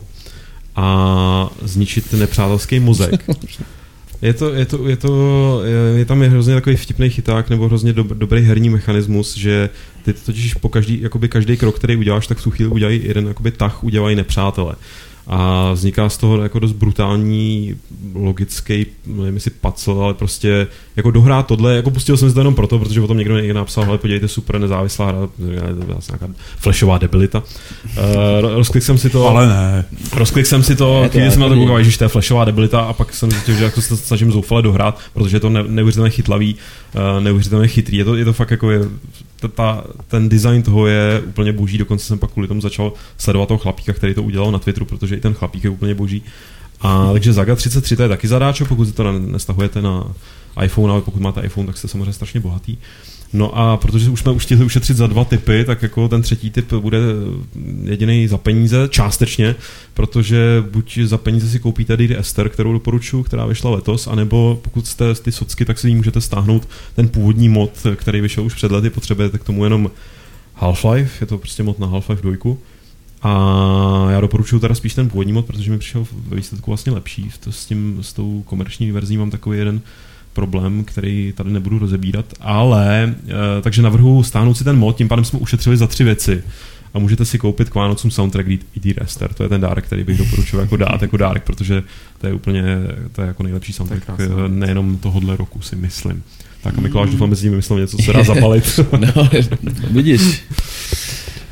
a zničit nepřátelský mozek. Je to, je to, je to, je, je tam je hrozně takový vtipný chyták nebo hrozně dob, dobrý herní mechanismus, že ty totiž po každý, jakoby každý krok, který uděláš, tak v tu chvíli udělají jeden jakoby tah, udělají nepřátele. A vzniká z toho jako dost brutální, logický, nevím jestli puzzle, ale prostě jako dohrát tohle, jako pustil jsem se to jenom proto, protože o tom někdo někdo napsal, ale podívejte, super nezávislá hra, nějaká flashová debilita. Uh, rozklik jsem si to, ale ne. Rozklik jsem si to, chvíli jsem na to koukal, že to je flashová debilita a pak jsem zjistil, že jako se to snažím zoufale dohrát, protože je to ne, neuvěřitelně chytlavý, uh, neuvěřitelně chytrý, je to, je to fakt jako je, ta, ten design toho je úplně boží, dokonce jsem pak kvůli tomu začal sledovat toho chlapíka, který to udělal na Twitteru, protože i ten chlapík je úplně boží. A takže Zaga třicet tři to je taky zadáčo, pokud si to nestahujete na iPhone, ale pokud máte iPhone, tak jste samozřejmě strašně bohatý. No a protože už jsme už chtěli ušetřit za dva typy, tak jako ten třetí typ bude jediný za peníze, částečně, protože buď za peníze si koupíte Dear Esther, kterou doporučuji, která vyšla letos, anebo pokud jste ty socky, tak si ji můžete stáhnout ten původní mod, který vyšel už před lety, potřebujete k tomu jenom Half-Life, je to prostě mod na Half-Life dva. A já doporučuji teda spíš ten původní mod, protože mi přišel ve výsledku vlastně lepší. S, tím, s tou komerční verzí mám takový jeden problém, který tady nebudu rozebírat, ale e, takže navrhuji stáhnout si ten mod, tím pádem jsme ušetřili za tři věci. A můžete si koupit k Vánocům soundtrack Dear Esther. To je ten dárek, který bych doporučil jako dát jako dárek, protože to je úplně to je jako nejlepší soundtrack nejenom tohohle roku, si myslím. Tak a Mikuláš doufám, mezi tím vymyslel něco, co se dá zapalit. No, vidíš.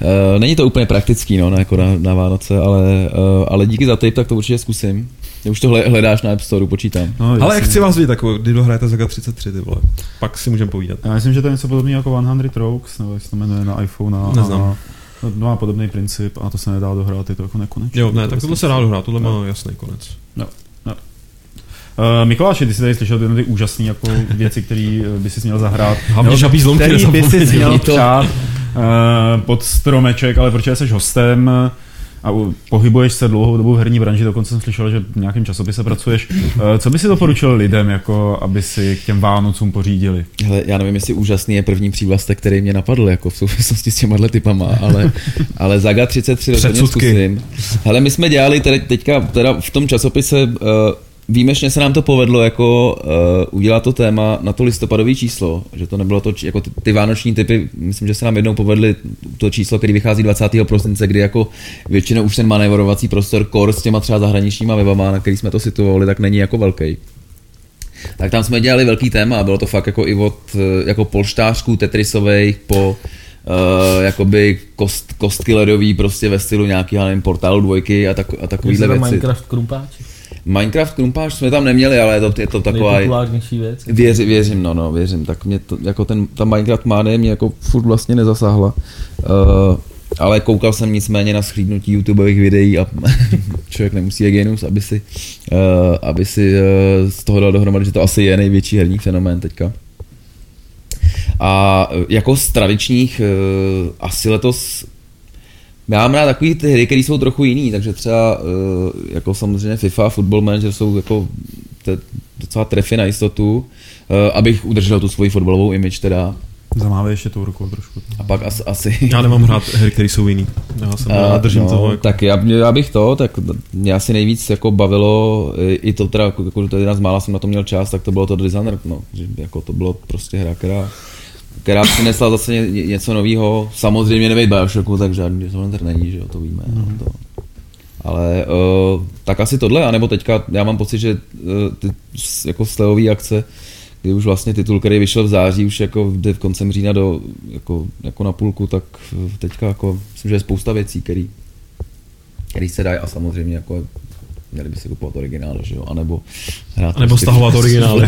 Uh, není to úplně praktický, no, jako na, na Vánoce, ale, uh, ale díky za tip, tak to určitě zkusím. Už to hledáš na App Store, počítám. No, ale jak chci vás vidět, jako, kdy dohrajete Zaga třicet tři, ty vole. Pak si můžeme povídat. Já myslím, že to je něco podobného jako sto Rogues, nebo jak se to jmenuje na iPhone. Neznám. A, no, má podobný princip a to se nedá dohrát, je to jako nekonečné. Jo, ne, tak tohle se dá dohrát, tohle má jasný konec. No, no. Uh, Mikuláši, ty jsi tady slyšel ty, ty úžasné jako věci, které by si měl zahrát. Hlavně žabí zlomky který by si měl přát uh, pod stromeček, ale protože jsi hostem a pohybuješ se dlouhou dobu v herní branži, dokonce jsem slyšel, že v nějakém časopise pracuješ. Uh, co by si doporučil lidem, jako aby si k těm Vánocům pořídili? Hele, já nevím, jestli úžasný je první přívlastek, který mě napadl jako v souvislosti s těma typama, ale, ale Zaga třicet tři rozhodně zkusím. Hele, my jsme dělali teď, teďka teda v tom časopise uh, výjimečně se nám to povedlo jako uh, udělat to téma na to listopadové číslo, že to nebylo to, jako ty, ty vánoční typy, myslím, že se nám jednou povedly to číslo, který vychází dvacátého prosince, kdy jako většinou už ten manévrovací prostor core s těma třeba zahraničníma webama, na který jsme to situovali, tak není jako velký. Tak tam jsme dělali velký téma a bylo to fakt jako i od jako polštářků tetrisových po Uh, jakoby kost, kostky ledový prostě ve stylu nějaký, já nevím, Portálu dvojky a, tak, a takovýhle věci. Minecraft krumpáči. Minecraft krumpáč jsme tam neměli, ale je to, je to taková... Nejpopulárnější věc. Věřím, věřím, no, no, věřím. Tak mě to, jako ten, ta Minecraft mánie mě jako furt vlastně nezasáhla. Uh, ale koukal jsem nicméně na schlídnutí YouTubeových videí a člověk nemusí je genus, aby si, uh, aby si uh, z toho dal dohromady, že to asi je největší herní fenomén teďka. A jako z tradičních uh, asi letos já mám rád takový ty hry, které jsou trochu jiný, takže třeba uh, jako samozřejmě FIFA, Football Manager jsou jako docela trefy na jistotu, uh, abych udržel tu svoji fotbalovou image teda. Zamávej ještě tou rukou trošku. A pak as, asi... Já nemám hrát hry, které jsou jiný. Já jsem uh, držím no, toho. Jako... Tak já, já bych to, tak mě asi nejvíc jako bavilo, i to teda, jako to jedna z mála jsem na to měl čas, tak to bylo to Dishonored, no. Že jako to bylo prostě hra, která, která přinesla zase ně, něco nového. Samozřejmě nebejt Bioshocku, tak žádný Dishonored není, že jo, to víme. Mm-hmm. No, to. Ale uh, tak asi tohle, anebo teďka já mám pocit, že uh, ty jako slevové akce, kdy už vlastně titul, který vyšel v září, už jako jde v koncem října do, jako, jako na půlku, tak teďka jako, myslím, že je spousta věcí, který, který se dají a samozřejmě jako měli by si kupovat originály, že jo, anebo hrát... A nebo stahovat originály.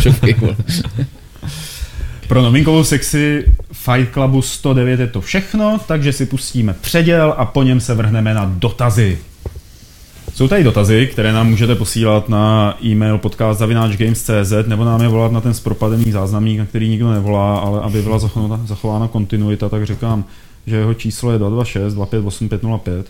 Pro novinkovou sekci Fight Clubu sto devět je to všechno, takže si pustíme předěl a po něm se vrhneme na dotazy. Jsou tady dotazy, které nám můžete posílat na e-mail podcast zavináč games tečka cé zet nebo nám je volat na ten zpropadený záznamník, na který nikdo nevolá, ale aby byla zachována, zachována kontinuita, tak říkám, že jeho číslo je dva dva šest dva pět osm pět nula pět.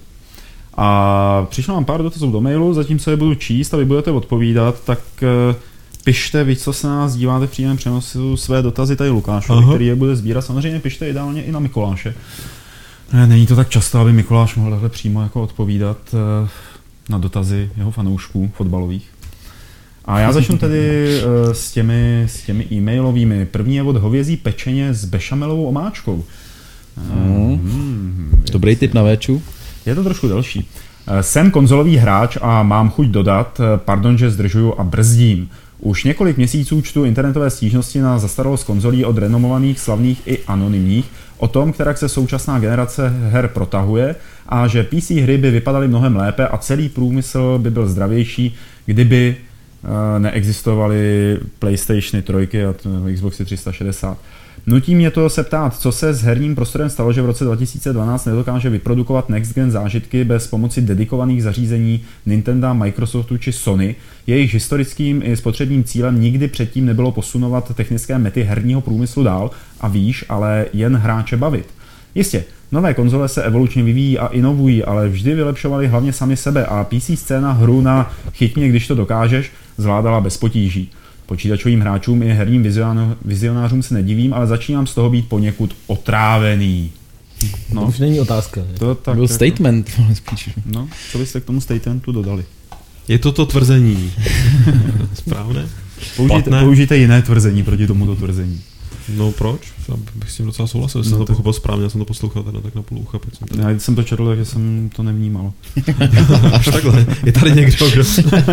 A přišlo nám pár dotazů do mailu, zatímco je budu číst a vy budete odpovídat, tak pište, vy, co se na nás díváte v přímém přenosu, své dotazy tady Lukášovi, Aha. který je bude sbírat. Samozřejmě pište ideálně i na Mikuláše. Není to tak často, aby Mikuláš mohl takhle přímo jako odpovídat na dotazy jeho fanoušků fotbalových. A já začnu tedy uh, s těmi, s těmi e-mailovými. První je od hovězí pečeně s bešamelovou omáčkou. Mm. Mm, Dobrý tip na véču. Je to trošku delší. Uh, jsem konzolový hráč a mám chuť dodat, uh, pardon, že zdržuju a brzdím. Už několik měsíců čtu internetové stížnosti na zastaralost konzolí od renomovaných, slavných i anonymních o tom, která se současná generace her protahuje a že P C hry by vypadaly mnohem lépe a celý průmysl by byl zdravější, kdyby uh, neexistovaly PlayStationy tři a Xboxy tři sta šedesát. Nutí mě to se ptát, co se s herním prostorem stalo, že v roce dva tisíce dvanáct nedokáže vyprodukovat next gen zážitky bez pomoci dedikovaných zařízení Nintendo, Microsoftu či Sony. Jejich historickým i spotřebním cílem nikdy předtím nebylo posunovat technické mety herního průmyslu dál a výš, ale jen hráče bavit. Jistě, nové konzole se evolučně vyvíjí a inovují, ale vždy vylepšovaly hlavně sami sebe a P C scéna hru na chyť mě, když to dokážeš, zvládala bez potíží. Počítačovým hráčům i herním vizionářům se nedivím, ale začínám z toho být poněkud otrávený. No. To už není otázka. To tak byl jako statement. No, co byste k tomu statementu dodali? Je to to tvrzení. Správné? Použijte, použijte jiné tvrzení proti tomuto tvrzení. No proč? Já bych s tím docela souhlasil, že jsem no, to pochopil správně, já jsem to poslouchal teda tak na půl ucha. Já jsem to četl, takže jsem to nevnímal. Až takhle, je tady někdo, kdo...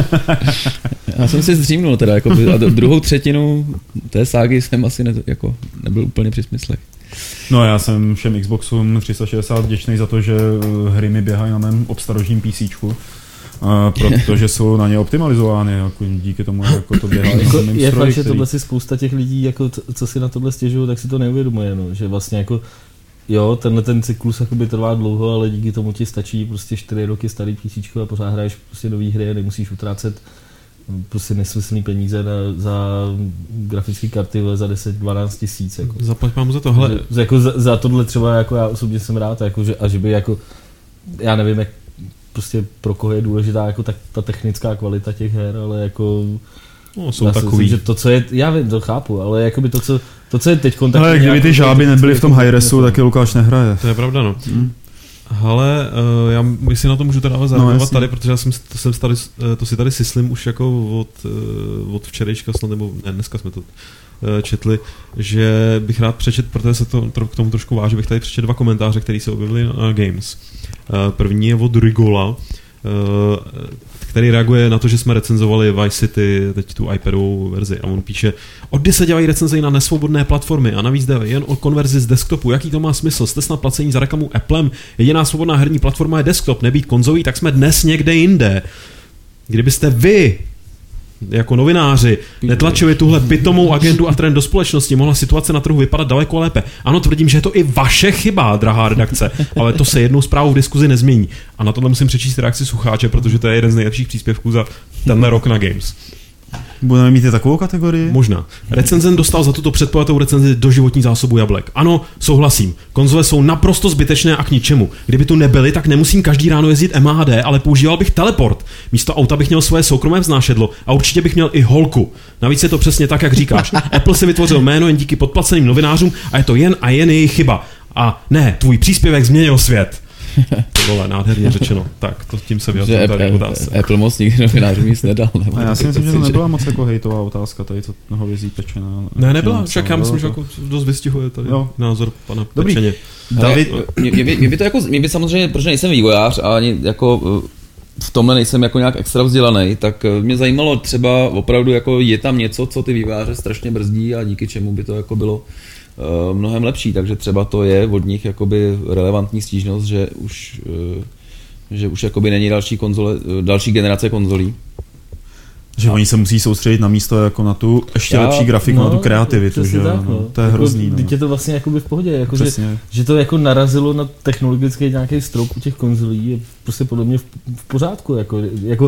Já jsem si zřímnul teda, jako by, a druhou třetinu té ságy jsem asi ne, jako, nebyl úplně při smyslech. No já jsem všem Xboxům tři sta šedesát vděčný za to, že hry mi běhají na mém obstarožním PCčku. Uh, protože jsou na ně optimalizovány, jako díky tomu, jako to běhá. Jako je stroj, fakt, že který... tohle si spousta těch lidí, jako t- co si na tohle stěžují, tak si to neuvědomuje, no, že vlastně jako jo, tenhle ten cyklus jakoby trvá dlouho, ale díky tomu ti stačí prostě čtyři roky starý písíčko a pořád hraješ prostě nový hry a nemusíš utrácet prostě nesmyslný peníze na, za grafické karty za deset dvanáct tisíc. Jako. Zaplať mám za tohle. Že, jako za, za tohle třeba jako já osobně jsem rád, jako, že, a že by jako, já nevím, jak prostě pro koho je důležitá jako ta, ta technická kvalita těch her, ale jako no, jsou takový. Myslím, že to, co je, já vím, to chápu, ale jakoby to, co, to, co je teď kontakt. Ale kdyby ty žáby nebyly v tom high-resu, tak je Lukáš nehraje. To je pravda, no. Hmm. Ale uh, já si na to můžu teda zareagovat no, tady, protože já jsem, to, jsem tady, to si tady syslím už jako od, uh, od včerejška snad, nebo ne, dneska jsme to uh, četli, že bych rád přečet, protože se to k tomu trošku váží, bych tady přečet dva komentáře, které se objevily na Games. Uh, první je od Rigola, uh, který reaguje na to, že jsme recenzovali Vice City, teď tu iPadovou verzi, a on píše: od kdy se dělají recenze na nesvobodné platformy a navíc jde jen o konverzi z desktopu, jaký to má smysl, jste snad placení za reklamu Applem, jediná svobodná herní platforma je desktop, nebýt konzolí, tak jsme dnes někde jinde. Kdybyste vy jako novináři netlačili tuhle pitomou agendu a trend do společnosti, mohla situace na trhu vypadat daleko lépe. Ano, tvrdím, že je to i vaše chyba, drahá redakce, ale to se jednou zprávou v diskuzi nezmění. A na tohle musím přečíst reakci Sucháče, protože to je jeden z nejlepších příspěvků za tenhle rok na Games. Budeme mít i takovou kategorii? Možná. Recenzent dostal za tuto předpojatou recenzi doživotní zásobu jablek. Ano, souhlasím. Konzole jsou naprosto zbytečné a k ničemu. Kdyby tu nebyly, tak nemusím každý ráno jezdit M H D, ale používal bych teleport. Místo auta bych měl svoje soukromé vznášedlo a určitě bych měl i holku. Navíc je to přesně tak, jak říkáš. Apple si vytvořil jméno jen díky podplaceným novinářům a je to jen a jen jejich chyba. A ne, tvůj příspěvek změnil svět. To bylo nádherně řečeno. Tak, to tím se vyjadřuje tady otázka. Apple moc nikdy novinářům nic nedal. A já si myslím, že to nebyla moc jako hejtová otázka, tady co hovězí pečená. Ne, nebyla, však já myslím, že jako dost vystihuje tady jo. názor pana Dobrý. Pečeně. David, mě, mě, mě, by to jako, mě by samozřejmě, protože nejsem vývojář a ani jako v tomhle nejsem jako nějak extra vzdělaný, tak mě zajímalo třeba opravdu jako je tam něco, co ty vývojáře strašně brzdí a díky čemu by to jako bylo Uh, mnohem lepší, takže třeba to je od nich jakoby relevantní stížnost, že už, uh, že už jakoby není další konzole, uh, další generace konzolí. Že a oni se musí soustředit na místo jako na tu ještě Já, lepší grafiku, no, na tu kreativitu, že tak, no. To je jako, hrozný. Teď no. je to vlastně jakoby v pohodě, jako že, že to jako narazilo na technologický nějaký strop u těch konzolí, je prostě podle mě v, v pořádku, jako, jako uh,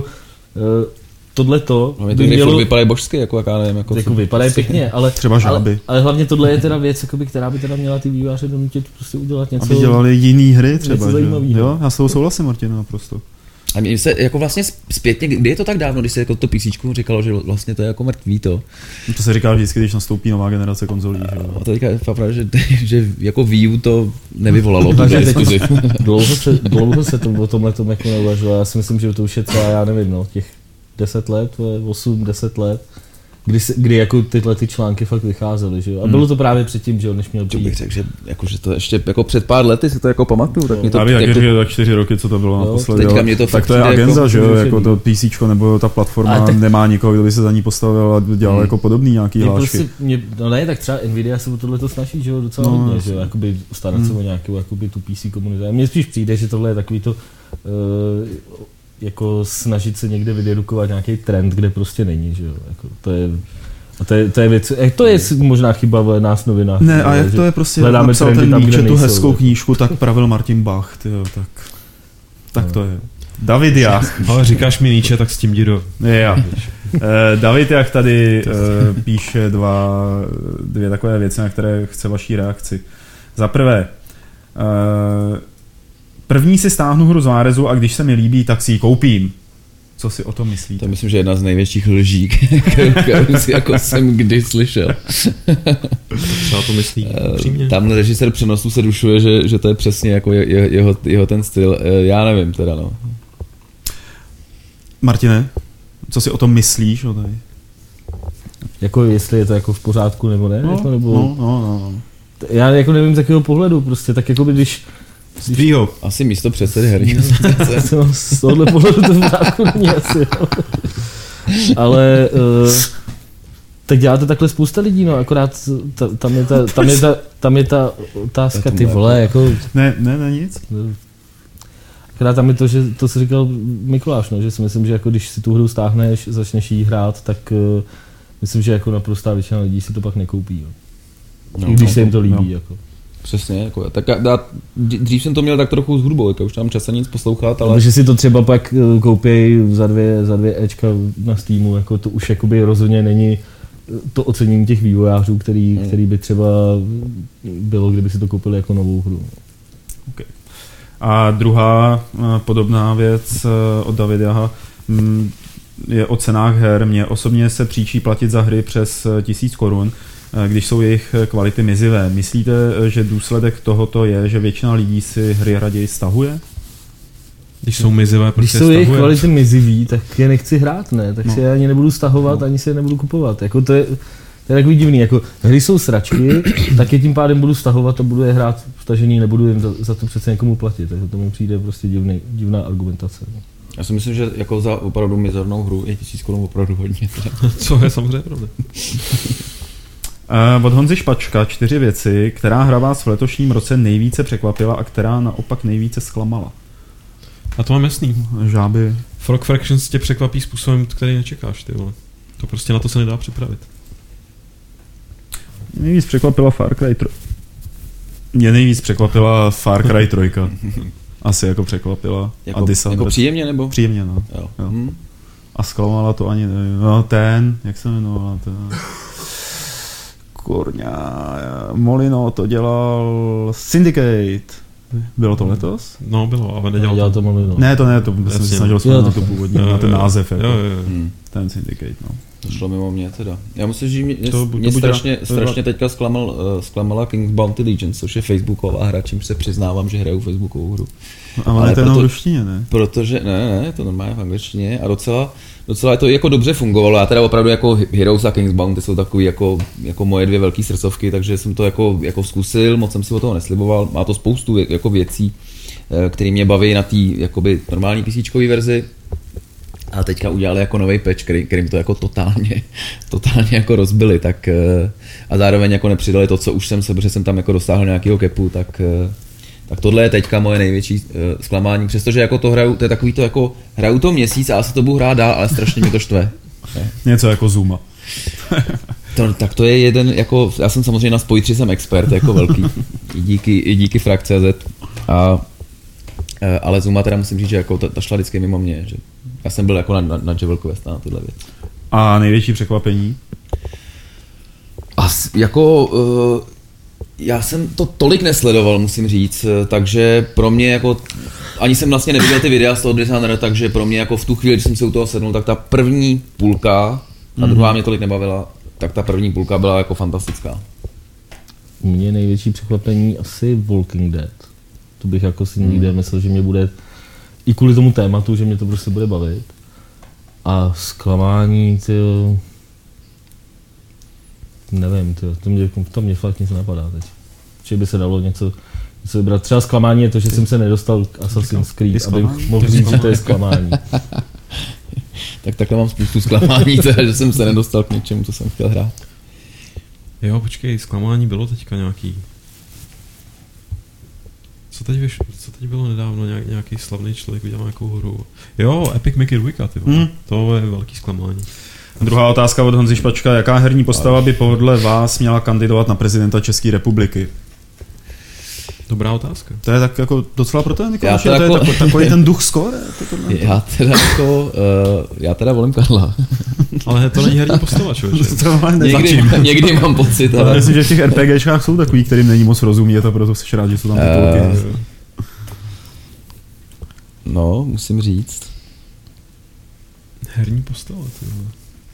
tohleto no, by mělo... vypadají božsky, jako jaká nevím. Jako, jako vypadají pěkně, ale, třeba žáby. Ale, ale hlavně tohle je teda věc, jakoby, která by teda měla ty vývojáře donutit prostě udělat něco. Aby dělali jiný hry třeba, že? Jo, já s tou souhlasím, Martina, naprosto. A mě se jako vlastně zpětně, kdy je to tak dávno, když se jako to PCčku říkalo, že vlastně to je jako mrtvý to. To se říká vždycky, když nastoupí nová generace konzolí. A to teďka je pravda, že, že jako Wii U to nevyvolalo. dlouho, se, dlouho se to o tomhle tom jako neuvažovalo. Já si myslím, že to už je třeba, já nevím, no, těch deset let, osm deset let, kdy, se, kdy jako tyhle ty články fakt vycházely, že jo? A bylo to právě předtím, že jo, než měl přijít. bych řekl, že, jako, že to ještě jako před pár lety si to jako pamatuju, tak mi to... Já bych jako za čtyři roky, co to bylo no, naposledy, to tak to je agenda, jako, že jo, jako to PCčko nebo ta platforma tak... nemá nikoho, kdo by se za ní postavil a dělal hmm. jako podobný nějaký mě hlášky. Prostě, mě, no ne, tak třeba Nvidia se o tohle to snaží, že jo, docela no, hodně, že jo, jakoby starat hmm. se o nějakou jakoby tu P C komunitu. Mně spíš přijde, že tohle je takový to... Uh, jako snažit se někde vydedukovat nějaký trend, kde prostě není, že jo, jako to je, to je, to je věc, to je možná chyba v nás novinách. Ne, a jak to je prostě, napsal ten Nietzsche tu hezkou knížku, tak pravil Martin Bach, tyjo, tak, tak no. To je. David Jach. Ale říkáš mi Nietzsche, tak s tím jdu. Já. David Jach tady uh, píše dva, dvě takové věci, na které chce vaší reakci. Za prvé, uh, první si stáhnu hru z nárezu a když se mi líbí, tak si ji koupím. Co si o tom myslíte? To myslím, že je jedna z největších lží, kterou si jako jsem kdy slyšel. Třeba to myslí přímě? Tam režisér přenosu se dušuje, že, že to je přesně jako je, jeho, jeho ten styl. Já nevím teda, no. Martine, co si o tom myslíš? O tady? Jako jestli je to jako v pořádku nebo ne? No, jako, nebo... no, no, no. Já jako nevím z jakého pohledu, prostě tak jako by když Z tvýho. Asi místo předsedy herní. Z tohohle pohledu to v pořádku není asi. Ale uh, Tak dělá to takhle spousta lidí, no, akorát ta, tam je ta, tam je ta, tam je ta otázka, ty vole, jako... Ne, ne, ne, nic. Akorát tam je to, že to si říkal Mikuláš, no, že si myslím, že jako když si tu hru stáhneš, začneš jí hrát, tak uh, myslím, že jako naprostá většina lidí si to pak nekoupí, jo. No, když no, se jim to líbí, no. Jako. Přesně, jako, tak já, dřív jsem to měl tak trochu s hudbou, jako už tam čas nic poslouchat, ale... Takže si to třeba pak koupěj za dvě, za dvě Ečka na Steamu, jako to už jakoby rozhodně není to ocenění těch vývojářů, který, hmm. který by třeba bylo, kdyby si to koupili jako novou hru. Okay. A druhá podobná věc od Davida je o cenách her. Mně osobně se příčí platit za hry přes tisíc korun, když jsou jejich kvality mizivé. Myslíte, že důsledek tohoto je, že většina lidí si hry raději stahuje? Když jsou mizivé, Když jsou jejich kvality mizivý, tak je nechci hrát, ne? Tak no. si je ani nebudu stahovat, no. ani si je nebudu kupovat. Jako to, je, to je takový divný. Jako hry jsou sračky, tak je tím pádem budu stahovat a budu je hrát vtažený, nebudu jim za, za to přece někomu platit. Takže tomu přijde prostě divný, divná argumentace. Já si myslím, že jako za opravdu mizernou hru je tisíc korun opravdu hodně. Co je samozřejmě pravda. Uh, od Honzy Špačka čtyři věci, která hra vás v letošním roce nejvíce překvapila a která naopak nejvíce zklamala. A to mám jasný. Žáby. Frog Fractions tě překvapí způsobem, který nečekáš, ty vole. To prostě na to se nedá připravit. Nejvíc překvapila Far Cry tři. Mě nejvíc překvapila Far Cry tři. Asi jako překvapila. Jako, a jako příjemně nebo? Příjemně, no. Jo. Jo. Hmm. A zklamala to ani nevím. No ten, jak se jmenovala ten... Kurňa, Molino to dělal Syndicate. Bylo to letos? No, bylo, ale nedělal to. to Molino. Ne, to ne, to jsem se snažil vzpomínat na to původní, na ten název. Jo, jo, jo. Hmm. Ten Syndicate, no. To šlo mimo mě teda. Já musím říct, že mě, to, mě to strašně, to strašně teďka zklamal, uh, zklamala King's Bounty Legends, což je facebooková hra, čímž se přiznávám, že hraju facebookovou hru. No, ale, ale to je proto, v ruštině, ne? Protože, ne, ne, ne, to normálně v angličtině a docela, docela to jako dobře fungovalo. Já teda opravdu jako Heroes a King's Bounty jsou takový jako, jako moje dvě velké srdcovky, takže jsem to jako, jako zkusil, moc jsem si o toho nesliboval. Má to spoustu jako věcí, které mě baví na té jakoby normální PCčkové verzi. A teďka udělali jako nový patch, který, kterým to jako totálně, totálně jako rozbili, tak a zároveň jako nepřidali to, co už jsem se, protože jsem tam jako dosáhl nějakého kepu, tak, tak tohle je teďka moje největší zklamání, přestože jako to hraju, to je takový to jako, hraju to měsíc a asi to budu hrát dál, ale strašně mi to štve. Něco jako Zuma. To, tak to je jeden, jako, já jsem samozřejmě na Spoj tři jsem expert, jako velký, i díky, i díky Frag tečka cé zet, a, ale Zuma teda musím říct, že jako ta, ta šla vždycky mimo mě, že já jsem byl jako na, na, na Javel Quest na tyhle věc. A největší překvapení? As, jako, uh, já jsem to tolik nesledoval, musím říct, takže pro mě jako, ani jsem vlastně neviděl ty videa z toho Dishonored, takže pro mě jako v tu chvíli, když jsem se u toho sednul, tak ta první půlka, ta druhá mě tolik nebavila, tak ta první půlka byla jako fantastická. U mě největší překvapení asi Walking Dead. To bych jako si nikdy hmm. myslel, že mě bude, i kvůli tomu tématu, že mě to prostě bude bavit. A zklamání, tyjo, nevím, tyjo, to mě, to mě fakt nic napadá teď. Že by se dalo něco, něco vybrat. Třeba zklamání je to, že jsem se nedostal k Assassin's Creed, abych mohl říct, že to je zklamání. Tak takhle mám spoustu zklamání, teda, že jsem se nedostal k něčemu, co jsem chtěl hrát. Jo, počkej, zklamání bylo teďka nějaký. Co teď, vyš, co teď bylo nedávno, nějak, nějaký slavný člověk udělal nějakou hru. Jo, Epic Mickey Dvojka, ty vole. Hmm. To je velký zklamání. A druhá otázka od Honzy Špačka. Jaká herní postava by podle vás měla kandidovat na prezidenta České republiky? Dobrá otázka. To je tak jako docela pro ten Mikuláš, to je jako, takový, takový ten duch skóre. Já teda jako, uh, já teda volím Karla. Ale to není herní postava, člověče. někdy, někdy mám pocit. Ale myslím, že v těch RPGčkách jsou takový, kterým není moc rozumět a proto jsi rád, že jsou tam titulky. Uh, no, musím říct. Herní postava, ty vole.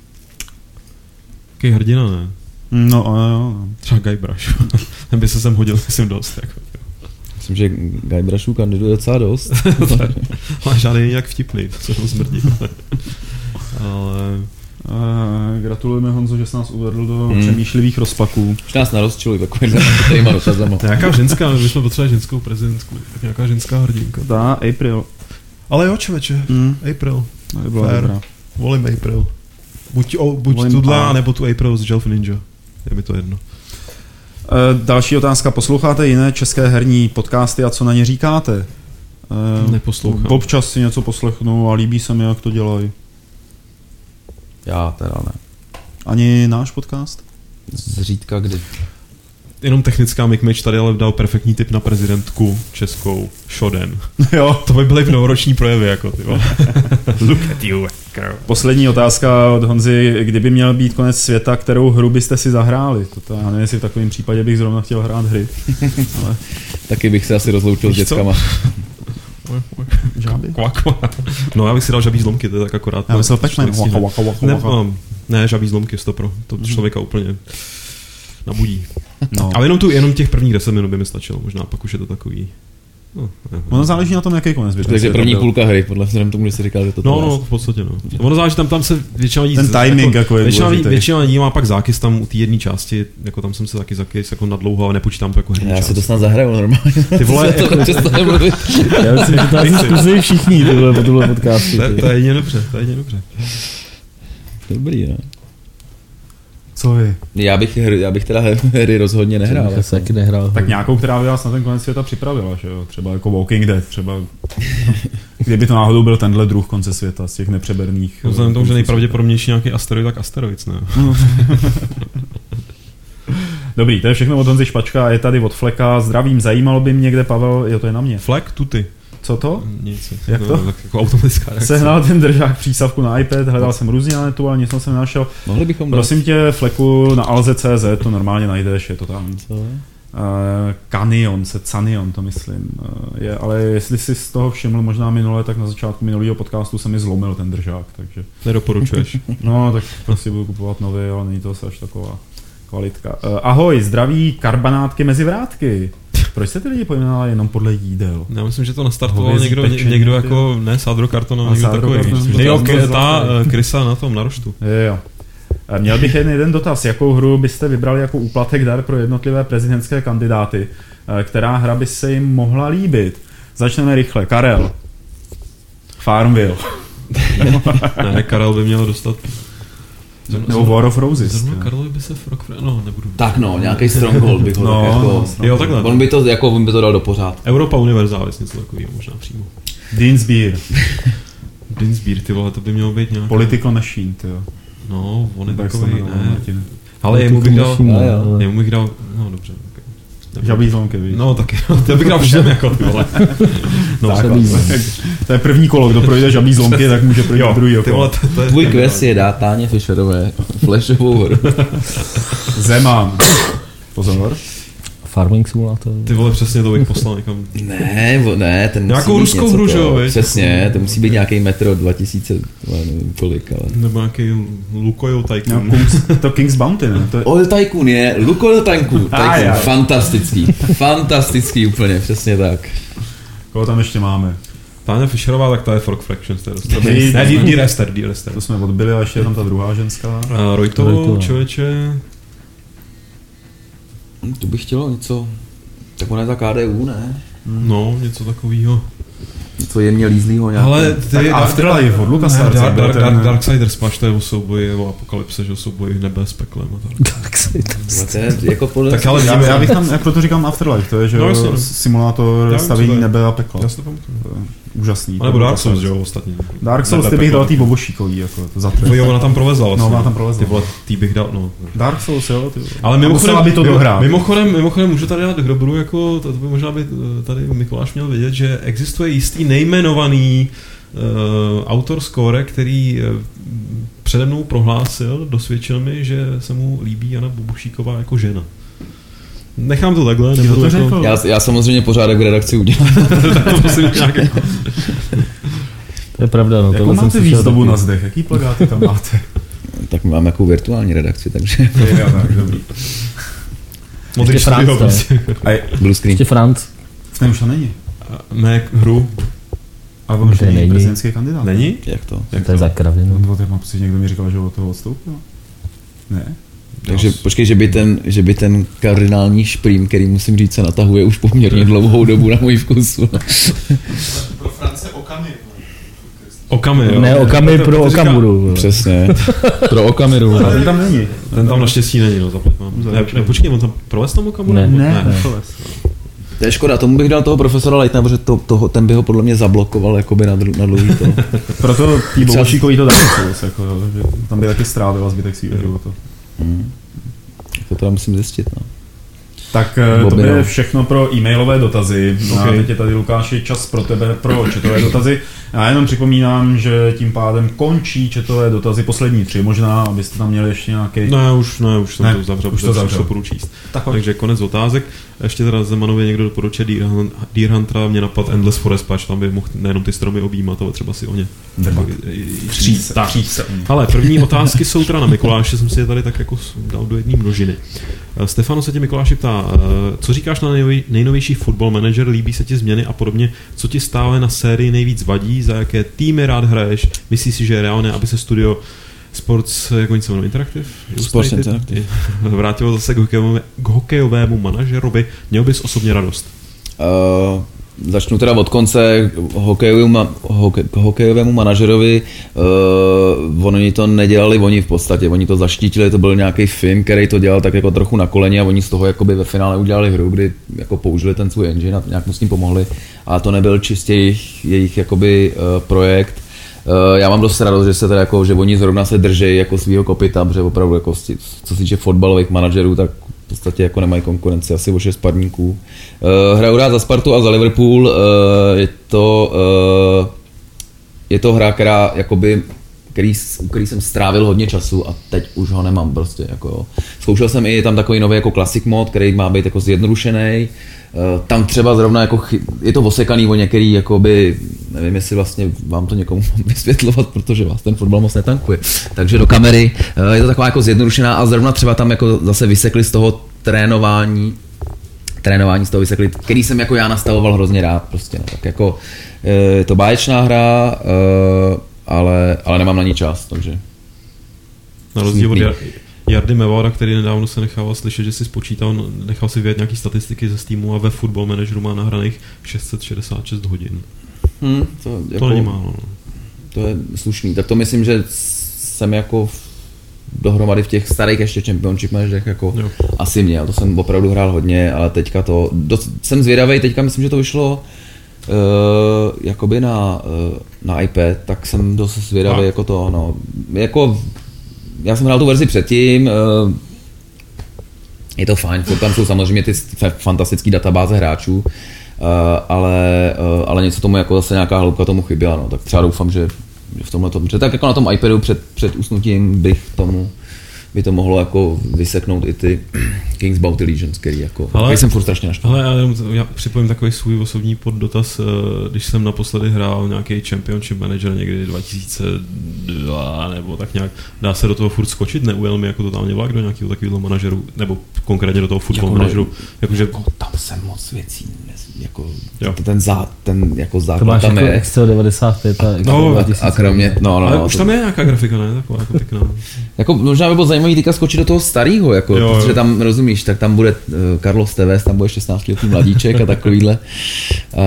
Jaký hrdina, ne? No, jo, jo. Třeba Guybrush. Ten by se sem hodil, myslím, dost. Jako. Myslím, že Guybrushů kandiduje docela dost. Ale žádný nějak vtipný, to se to smrdí. Ale... Uh, gratulujeme, Honzo, že jsi nás uvedl do hmm. přemýšlivých rozpaků. Už nás narozčili takovýhle téma dotazama. Nějaká ženská, my jsme potřebovali ženskou prezidentku, tak nějaká ženská hrdinka. Dá, April. Ale jo, člověče, hmm. April. Byla dobrá. Volím April. Buď, o, buď tuhle, nebo tu April z Jelf Ninja. Je mi to jedno. Uh, další otázka. Posloucháte jiné české herní podcasty a co na ně říkáte? Uh, Neposlouchám. Občas si něco poslechnu a líbí se mi, jak to dělají. Já teda ne. Ani náš podcast? Zřídka kdy. Jenom technická mikmeč tady ale dal perfektní tip na prezidentku českou Shoden. Jo. To by byly v novoroční projevy, jako ty vole. Look at you, girl. Poslední otázka od Honzy. Kdyby měl být konec světa, kterou hru byste si zahráli? Toto, já nevím, jestli v takovém případě bych zrovna chtěl hrát hry. Ale... Taky bych se asi rozloučil s dětskama. Žáby? No já bych si dal žabí zlomky, to je tak akorát. Já myslel Pac-Man. Ne, ne, žabí zlomky, stopro. To člověka úplně nabudí. No. Ale jenom, tu, jenom těch prvních deset minut by mi stačilo, možná pak už je to takový... No, ono záleží na tom, jaký konec by. Takže první půlka hry, podle vzhledem tomu, že jsi říkal, že to No, no, v podstatě, no. Ono záleží, tam, tam se většina lidí... Ten timing jako je většina, většina lidí má pak zákys tam u té jedné části, jako tam jsem se taky zákys jako nadlouho, ale nepočítám to jako herní Já část. si to snad zahraju normálně. Ty vole, to přestane mluvit. Já myslím, že to asi zkusili všichni tyhle, po tuhle podcastu. To, to je jedině dobře, to je jedině dobře. Dobrý, no. Co vy? Já bych, hry, já bych teda hry rozhodně nehrál. Já se taky nehrál. Tak nějakou, která by vás na ten konec světa připravila, že jo? Třeba jako Walking Dead, třeba... Kdyby to náhodou byl tenhle druh konce světa z těch nepřeberných... No, vzhledem tomu, že nejpravděpodobnější nějaký asteroid, tak asteroid, ne? Dobrý, to je všechno od Honzy Špačka a je tady od Fleka. Zdravím, zajímalo by mě, kde Pavel... Jo, to je na mě. Flek, tuty. Co to? Nic. Jak to? No, tak jako automatická reakce. Sehnal ten držák přísavku na iPad, hledal jsem různě na netu, ale nic jsem nenašel. Mohli bychom Prosím dát. tě, Fleku, na alze tečka cé zet to normálně najdeš, je to tam. Co? Uh, Canion, se Canion to myslím. Uh, je, ale jestli jsi z toho všiml možná minule, tak na začátku minulého podcastu se mi zlomil ten držák, takže... Nedoporučuješ. No, tak prostě budu kupovat nový, ale není to až taková kvalitka. Uh, ahoj, zdraví karbanátky mezi vrátky. Proč jste ty lidi pojmenovali jenom podle jídel? Já myslím, že to nastartoval někdo, ně, někdo jako, ne Sádro Karton, ale někdo takový. Jo, ta Krysa na tom, na roštu. Jo. Měl bych jen jeden dotaz. Jakou hru byste vybrali jako úplatek dar pro jednotlivé prezidentské kandidáty? Která hra by se jim mohla líbit? Začneme rychle. Karel. Farmville. Ne, Karel by měl dostat... Nebo War of Roses. Zrovna Karlovi by se Rock... No, nebudu. Tak no, nějaký Stronghold bych ho no, tak jako... No, jo, takhle. On by to, jako, on by to dal do pořád. Europa Universalis, něco takového, možná přímo. Dinsbeer. Dinsbeer, ty vole, to by mělo být nějaká... Political Machine, ty jo. No, on je takový, ne. Martin. Ale jemu bych dal... No, jemu bych dal... No, dobře. Žabí zlomky, víš? No taky, to bych dal všem jako ty vole. No, to je první kolo, kdo projde žabí zlomky, tak může projít do druhého kola. Tvůj quest je dát Táně Fischerové flashovou hru. Zeman. Pozor. Farming Simulator. Ty vole, přesně to bych poslal někam. Ne, ne, ten nějakou ruskou hru, že jo? Přesně, to musí být nějaký Metro dva tisíce, nevím kolik, ale... Nebo nějaký Lukoil Tycoon. No, Kings, to King's Bounty, ne? To je... Oil Tycoon je, Lukoil Tycoon, Tycoon, fantastický, fantastický úplně, přesně tak. Koho tam ještě máme? Táňa Fischerová, tak ta je Frog Fractions, to je dost. Ne, D-Rester, D-Rester. To jsme odbyli, a ještě je tam ta druhá ženská. Rojtovou, člověče... To bych chtělo něco, tak ona je za K D U, ne? No, něco takového. Něco jemně lízlýho nějaké. Ale ty... Tak Afterlife od LucasArts. Dark, Dark, Dark, Darksiders máš, to je o souboji, o apokalypse, že o souboji nebe s peklem a tak. Darksiders. To je jako podle... Tak ale já, já bych tam, jak proto říkám Afterlife, to je, že no, jasně, simulátor stavění nebe a pekla. Já si to pamatuju. Úžasný. A nebo Dark Souls, že jo, ostatní. Dark Souls, ty bych dal tý bobošíkový, jako to za trest. Jo, ona tam provezla vlastně. No, ona tam provezla. Ty vole, tý bych dal, no. Dark Souls, jo, ty vole. Ale mimochodem, by to dohrát. Mimochodem, mimochodem, můžu tady dát k dobru, jako, to by možná by tady Mikuláš měl vědět, že existuje jistý nejmenovaný uh, autor score, který uh, přede mnou prohlásil, dosvědčil mi, že se mu líbí Jana Bobošíková jako žena. Nechám to takhle. Nebo to jako... já, já samozřejmě pořádek v redakci udělám. To je pravda. No, jakou máte výzdobu na zdech? Jaký plakáty tam máte? Tak my máme jako virtuální redakci, takže... Jo, tak, dobrý. Ještě Franc, Blue screen. Ještě Franc. V tom už to není. Ne, hru. Ale on už není prezidentský kandidát. Není? Jak to? Jak to je za kravinu. No, tak mám pocit, někdo mi říkal, že od toho odstoupil. Ne? Takže počkej, že by ten, že by ten kardinální šprým, který musím říct se natahuje už poměrně dlouhou dobu na můj vkus. Pro France Okamy. Okamy, jo. Ne, Okamy to, pro to říká... Okamuru. Přesně. Pro Okamiru. A ten tam není. Ten tam naštěstí není, no, zaplet mám. Ne, ne, počkej, on tam provez tam Okamuru? Ne, ne. ne. To je škoda, tomu bych dal toho profesora Leitna, protože to, toho, ten by ho podle mě zablokoval jakoby na, dl, na dlouhý to. Proto tý Bobošíkový to taky jsou, jako, že tam by taky strávila zbytek svýho života. Hmm. To teda musím zjistit, no. Tak to je všechno pro e-mailové dotazy. Okay. A teď je tady, Lukáši, čas pro tebe pro četové dotazy. Já jenom připomínám, že tím pádem končí četové dotazy poslední tři. Možná, abyste tam měli ještě nějaký... Ne, už ne, už jsem ne, to zavřel, už to zavřel. to budu číst. Tak Takže konec otázek. Ještě teda Zemanovi někdo doporučuje Deer Huntera, mě napad Endless Forest Patch, tam by mohl nejenom ty stromy objímat, ale třeba si o ně přijít. Ale první otázky jsou teda na Mikuláše, jsem si je tady tak jako dal do jedné množiny. Stefano se tě Mikuláši ptá, co říkáš na nejnovější Football Manager, líbí se ti změny a podobně, co ti stále na sérii nejvíc vadí, za jaké týmy rád hraješ, myslíš si, že je reálné, aby se studio Sports, jak oni se jmenují, Interactive? Sports Interactive. Vrátilo zase k hokejovému, k hokejovému manažerovi, měl bys osobně radost? Uh, začnu teda od konce hokejovému, hoke, hokejovému manažerovi. Uh, oni to nedělali oni v podstatě, oni to zaštítili, to byl nějaký film, který to dělal tak jako trochu na koleně a oni z toho jakoby ve finále udělali hru, kdy jako použili ten svůj engine a nějak mu s tím pomohli. A to nebyl čistě jejich, jejich jakoby, uh, projekt. Uh, já mám dost radost, že se teda jako, že oni zrovna se drží jako svýho kopyta, protože opravdu jako, co se týče fotbalových manažerů, tak v podstatě jako nemají konkurenci asi o šest padníků. Uh, hraju rád za Spartu a za Liverpool, uh, je to uh, je to hra, která jakoby, který, u který jsem strávil hodně času a teď už ho nemám prostě jako. Zkoušel jsem i tam takový nový jako classic mod, který má být jako zjednodušený. Tam třeba zrovna jako chy... je to osekaný o některý, jakoby, nevím, jestli vlastně vám to někomu mám vysvětlovat, protože vás ten fotbal moc netankuje. Takže do kamery je to taková jako zjednodušená a zrovna třeba tam jako zase vysekli z toho trénování, trénování z toho vysekli, který jsem jako já nastavoval hrozně rád prostě, no. Tak jako je to báječná hra, ale, ale nemám na ní čas, takže... Na rozdíl od Jardy Mevara, který nedávno se nechával slyšet, že si spočítal, nechal si vědět nějaký statistiky ze Steamu a ve Football Manageru má nahraných šest set šedesát šest hodin. Hmm, to, to jako, není málo. No. To je slušný. Tak to myslím, že jsem jako v, dohromady v těch starých ještě Championship managerech jako jo. Asi měl. To jsem opravdu hrál hodně, ale teďka to, dost, jsem zvědavej, teďka myslím, že to vyšlo uh, jakoby na, uh, na iPad, tak jsem dost zvědavej jako to, no, jako já jsem hrál tu verzi předtím, je to fajn, tam jsou samozřejmě ty fantastické databáze hráčů, ale, ale něco tomu jako zase nějaká hloubka tomu chyběla, no. Tak třeba doufám, že, že v tomhle tom, tak jako na tom iPadu před, před usnutím bych tomu, by to mohlo jako vyseknout i ty Kings Bounty Legions, který jako, ale, jsem furt strašně naštval. Ale já, já připojím takový svůj osobní poddotaz, když jsem naposledy hrál nějaký Championship Manager někdy dva tisíce dva nebo tak nějak, dá se do toho furt skočit, neujel mi jako totálně vlak do nějakého takového manažeru, nebo konkrétně do toho football jako manažeru. Jakože... Jako, tam jsem moc věcí, jako ten, zá, ten jako základ to máš tam jako je. Excel devadesát pět a no, a kromě, no, no, ale no, už to... tam je nějaká grafika, ne? Taková jako pěkná. Jako možná by bylo zajímavý teďka skočit do toho starého, jako, jo, protože tam, rozumíš, tak tam bude uh, Carlos Tevez, tam bude šestnáctiletý mladíček a takovýhle. Uh,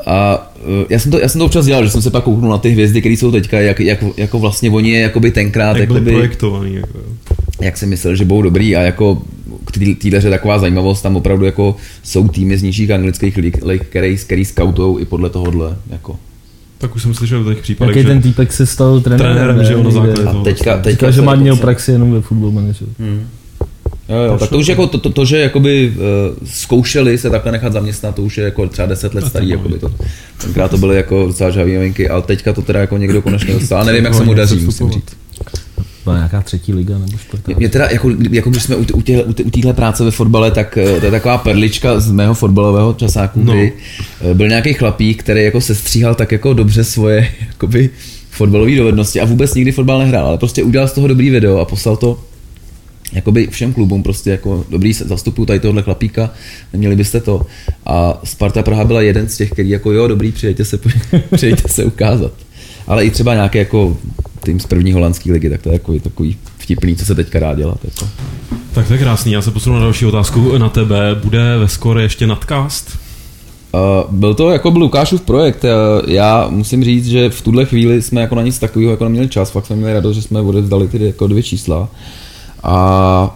a uh, já, jsem to, já jsem to občas dělal, že jsem se pak kouknul na ty hvězdy, které jsou teďka, jak, jak, jako vlastně oni je jakoby tenkrát, jak byli jakoby, projektovaný. Jako. Jak jsem myslel, že budou dobrý a jako k téhle hře taková zajímavost, tam opravdu jako jsou týmy z nižších anglických lig, který, který scoutujou i podle tohohle, jako. Tak už jsem slyšel v těch případech, jaký že... ten týpek se stal trenérem, trenérem, že on na základě toho. Teďka, teďka teďka že má měl praxi jenom ve Football Manageru. Hmm. Jo, jo, tak to už jako to, to, to že jakoby uh, zkoušeli se takhle nechat zaměstnat, to už je jako třeba deset let starý, jakoby to. Tenkrát to byly jako docela žhavý novinky, ale teďka to teda jako někdo konečně dostal, a nevím, jak se mu daří, musím říct. Byla nějaká třetí liga nebo čtvrtá? Mě teda, jako, jako když jsme u, u, tě, u téhle práce ve fotbale, tak to je taková perlička z mého fotbalového časáku, no. Kdy byl nějaký chlapík, který jako sestříhal tak jako dobře svoje jakoby fotbalové dovednosti a vůbec nikdy fotbal nehrál, ale prostě udělal z toho dobrý video a poslal to jakoby všem klubům, prostě jako dobrý zastupuju tady tohle chlapíka, neměli byste to. A Sparta Praha byla jeden z těch, který jako jo, dobrý, přijďte se, přijďte se ukázat. Ale i třeba nějaké jako tým z první holandské ligy, tak to je jako takový vtipný, co se teďka dá dělat. Jako. Tak to je krásný, já se posunu na další otázku na tebe. Bude ve Score ještě nadcast? Uh, byl to jako byl Lukášův projekt. Já musím říct, že v tuhle chvíli jsme jako na nic takového jako neměli čas, fakt jsme měli radost, že jsme odevzdali ty jako dvě čísla. A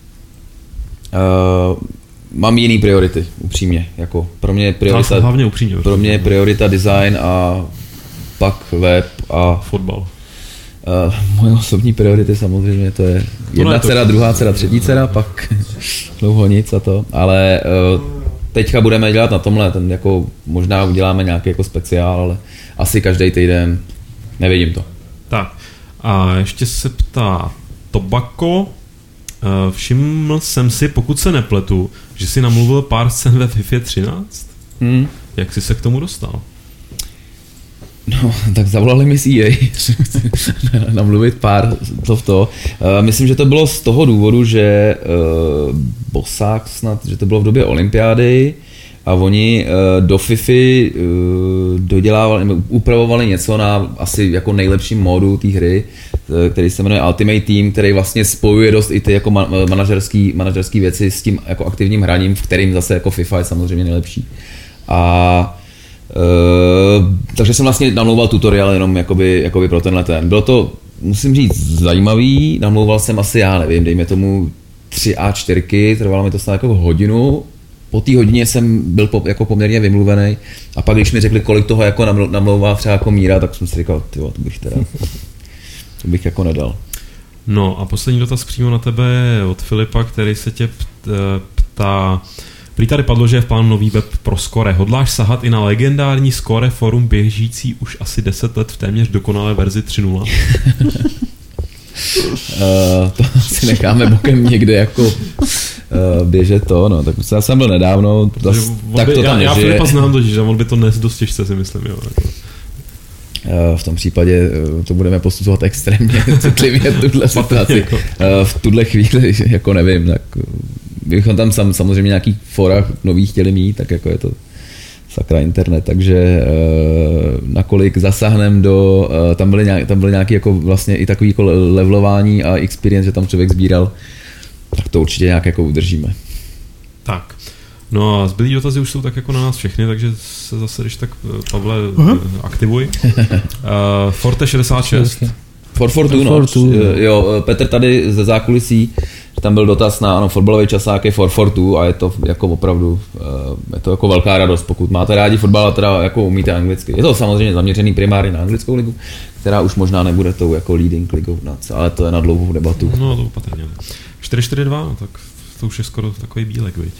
uh, mám jiný priority, upřímně. Jako pro mě je priorita, hlavně upřímně, pro mě je priorita design a pak web a fotbal. Uh, moje osobní priority samozřejmě to je jedna dcera, druhá dcera, třetí dcera, pak dlouho nic a to, ale uh, teďka budeme dělat na tomhle, ten jako možná uděláme nějaký jako speciál, ale asi každý týden, nevidím to. Tak a ještě se ptá Tobacco, uh, všiml jsem si, pokud se nepletu, že si namluvil pár scén ve FIFA třináct? Hmm. Jak jsi se k tomu dostal? No, tak zavolali mi C A namluvit pár to v to. Uh, myslím, že to bylo z toho důvodu, že uh, Bosák snad, že to bylo v době olympiády a oni uh, do FIFA uh, dodělávali, upravovali něco na asi jako nejlepším módu té hry, uh, který se jmenuje Ultimate Team, který vlastně spojuje dost i ty jako ma- manažerský, manažerský věci s tím jako aktivním hraním, v kterým zase jako FIFA je samozřejmě nejlepší. A Uh, takže jsem vlastně namlouval tutoriál jenom jakoby, jakoby pro tenhle ten. Bylo to, musím říct, zajímavý, namlouval jsem asi, já nevím, dejme tomu tři á čtyři, trvalo mi to snad jako hodinu, po té hodině jsem byl po, jako poměrně vymluvený a pak když mi řekli, kolik toho jako namlouval třeba jako Míra, tak jsem si říkal, tyjo, to bych teda, to bych jako nedal. No a poslední dotaz přímo na tebe od Filipa, který se tě ptá, prý tady padlo, že je v plánu nový web pro Score. Hodláš sahat i na legendární Score forum běžící už asi deset let v téměř dokonalé verzi tři nula? uh, to si necháme bokem někde jako uh, běžet to, no. Tak já jsem byl nedávno, to, tak by, to tam já, nežije. Já Filipa znám totiž, že on by to nes dost těžce, si myslím, jo. V tom případě to budeme posuzovat extrémně citlivě tuhle situaci. V tuhle chvíli, jako nevím, tak bychom tam sam, samozřejmě nějaký fora nový chtěli mít, tak jako je to sakra internet, takže nakolik zasáhneme do, tam byly nějaký, tam byly nějaký jako vlastně i takový jako levelování a experience, že tam člověk sbíral, tak to určitě nějak jako udržíme. Tak. No a zbylý dotazy už jsou tak jako na nás všechny, takže se zase, když tak, Pavle, uh-huh. aktivuj. Uh, Forte šedesát šest. For Fortuna, jo, Petr tady ze zákulisí, tam byl dotaz na ano, fotbalový časák je For Fortuna a je to jako opravdu, je to jako velká radost, pokud máte rádi fotbal a teda jako umíte anglicky. Je to samozřejmě zaměřený primárně na anglickou ligu, která už možná nebude tou jako leading ligou, ale to je na dlouhou debatu. No to opatrně. čtyři čtyři dva, no, tak to už je skoro takový bílek, viď?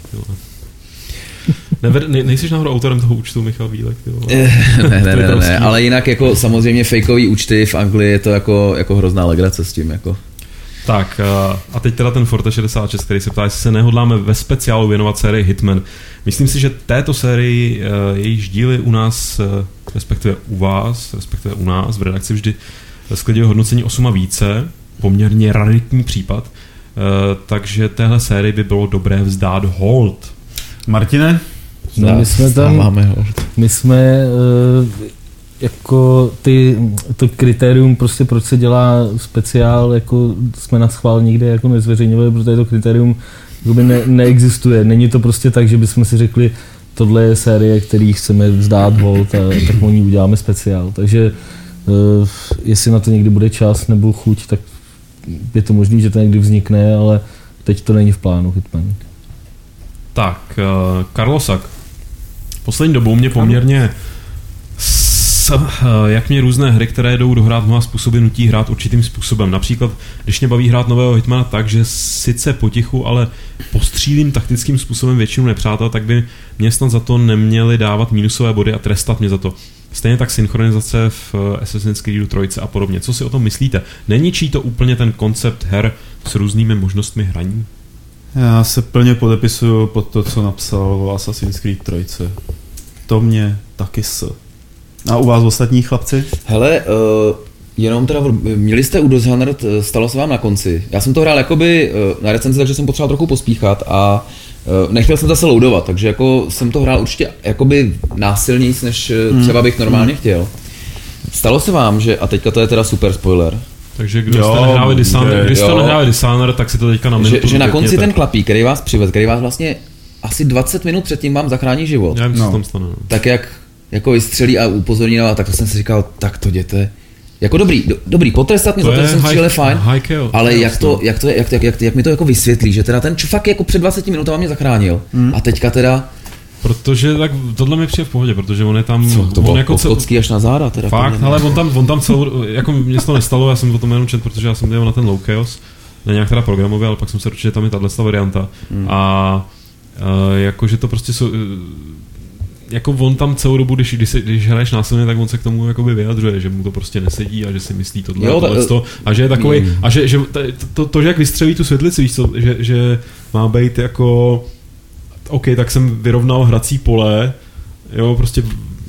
Never, ne, nejsiš náhodou autorem toho účtu Michal Bílek? ne, ne, ne, ne, ne, ale jinak jako samozřejmě fakeový účty v Anglii je to jako, jako hrozná legrace s tím. Jako. Tak a teď teda ten Forte šedesát šest, který se ptá, jestli se nehodláme ve speciálu věnovat sérii Hitman. Myslím si, že této sérii jejíž díly u nás, respektive u vás, respektive u nás v redakci vždy sklidí hodnocení osm a více, poměrně raritní případ, takže téhle sérii by bylo dobré vzdát hold. Martine? No, my jsme tam, my jsme uh, jako ty, to kritérium prostě proč se dělá speciál, jako jsme na schvál nikde jako nezveřejňovali, protože to kritérium ne, neexistuje. Není to prostě tak, že bychom si řekli, tohle je série, který chceme vzdát hold a tak o ní uděláme speciál. Takže uh, jestli na to někdy bude čas nebo chuť, tak je to možný, že to někdy vznikne, ale teď to není v plánu Hitman. Tak, uh, Karlosak. Poslední dobou mě poměrně s, uh, jak mě různé hry, které jdou dohrát mnoha způsoby, nutí hrát určitým způsobem. Například, když mě baví hrát nového Hitmana tak, že sice potichu, ale postřílím taktickým způsobem většinu nepřátel, tak by mě snad za to neměli dávat minusové body a trestat mě za to. Stejně tak synchronizace v Assassin's Creedu trojce a podobně. Co si o tom myslíte? Neničí to úplně ten koncept her s různými možnostmi hraní? Já se plně podepisuju pod to, co napsal o Assassin's Creed trojce. To mě taky s. A u vás ostatní chlapci? Hele, uh, jenom teda, měli jste u Dishonored, stalo se vám na konci. Já jsem to hrál jakoby uh, na recenzi, takže jsem potřeboval trochu pospíchat a uh, nechtěl jsem zase loadovat, takže jako jsem to hrál určitě jakoby násilnějc, než hmm. třeba bych normálně hmm. chtěl. Stalo se vám, že, a teďka to je teda super spoiler, takže kdo jste nehráli Dishonored, když jste nehráli Dishonored, tak si to teďka na minutu. Že, že na konci ten chlapík, který vás přived, který vás vlastně asi dvacet minut předtím vám zachrání život. Já vím, co no. tam stane. Tak jak jako vystřelí a upozorní na vás, tak to jsem si říkal, tak to jděte. Jako dobrý, do, dobrý, potrestat mě, to, to jsem střílel fajn, chaos, ale jak, to, jak, to, jak, jak, jak, jak mi to jako vysvětlí, že teda ten fakt jako před dvaceti minutami mě zachránil hmm. a teďka teda... Protože tak tohle mi přijde v pohodě, protože on je tam... Co, to on bylo jako cel... až na záda teda. Fakt, ale on tam, on tam celou, jako mě to nestalo, já jsem o tom jenom čet, protože já jsem dělal na ten low chaos, ne nějak teda programově, ale pak jsem se dočil, že tam je tato varianta hmm. a, a jakože to prostě jsou... Jako on tam celou dobu, když, když, když hraješ násilně, tak on se k tomu jakoby vyjadřuje, že mu to prostě nesedí a že si myslí tohle jo, a tohle to, a že je takovej, mm. a že, že to, to, to, že jak vystřelí tu světlici, víš co, že, že má být jako OK, tak jsem vyrovnal hrací pole, jo, prostě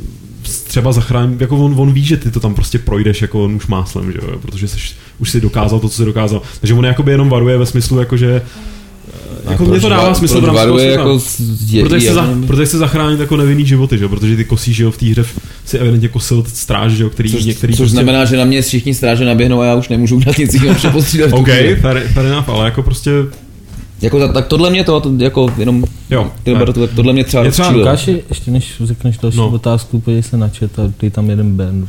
třeba zachráním, jako on, on ví, že ty to tam prostě projdeš jako už máslem, že jo, protože jsi, už si dokázal to, co jsi dokázal, takže on jakoby jenom varuje ve smyslu, jakože jako mě to dává smysl, jako je, protože, se za, protože se zachránit jako nevinný životy, že? Protože ty kosíš, že jo, v té hře si evidentně kosil stráž, že jo, který což, některý... Což prostě... znamená, že na mě všichni stráže naběhnou a já už nemůžu udělat nic jiného, že postřílet. OK, fair, fair enough, ale jako prostě... Jako tak, tak tohle mě to, to jako jenom... Jo. To, tohle mě třeba rozčílilo. Lukáši, ještě než řekneš další no. otázku, podívej se na chat a dej tam jeden band.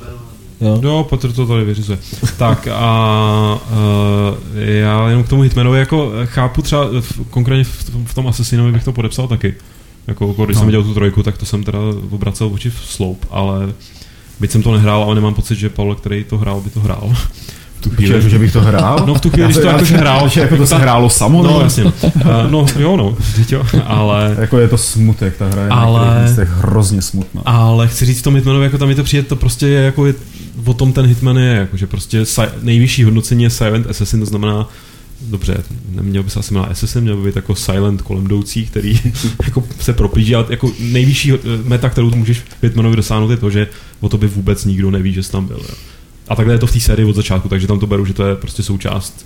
Jo, jo, Petr to tady vyřizuje. Tak a uh, já jenom k tomu Hitmanovi jako chápu třeba v, konkrétně v, v tom Assassinovi bych to podepsal taky. Jako když no. jsem viděl tu trojku, tak to jsem teda obracel oči v sloup, ale byť jsem to nehrál, ale nemám pocit, že Pavel, který to hrál, by to hrál. V tu chvíli, že bych to hrál? No v tu chvíli, když to jakože hrál. Že jako to se hrálo samo? No jasně. Uh, no jo no, jo, ale... Jako je to smutek, ta hra je ale, na některých místech hrozně smutná. Ale chci říct v tom Hitmanovi, jako tam mi to přijde, to prostě je jako je, o tom ten Hitman je, jako, že prostě si, nejvyšší hodnocení je Silent Assassin, to znamená, dobře, neměl by se asi jmenovat Assassin, měl by být jako Silent kolem jdoucí, který jako se proplíží, ale jako nejvyšší meta, kterou můžeš Hitmanovi dosáhnout, je to, že o tobě vůbec nikdo neví, že jsi tam byl. Jo. A takhle je to v té sérii od začátku, takže tam to beru, že to je prostě součást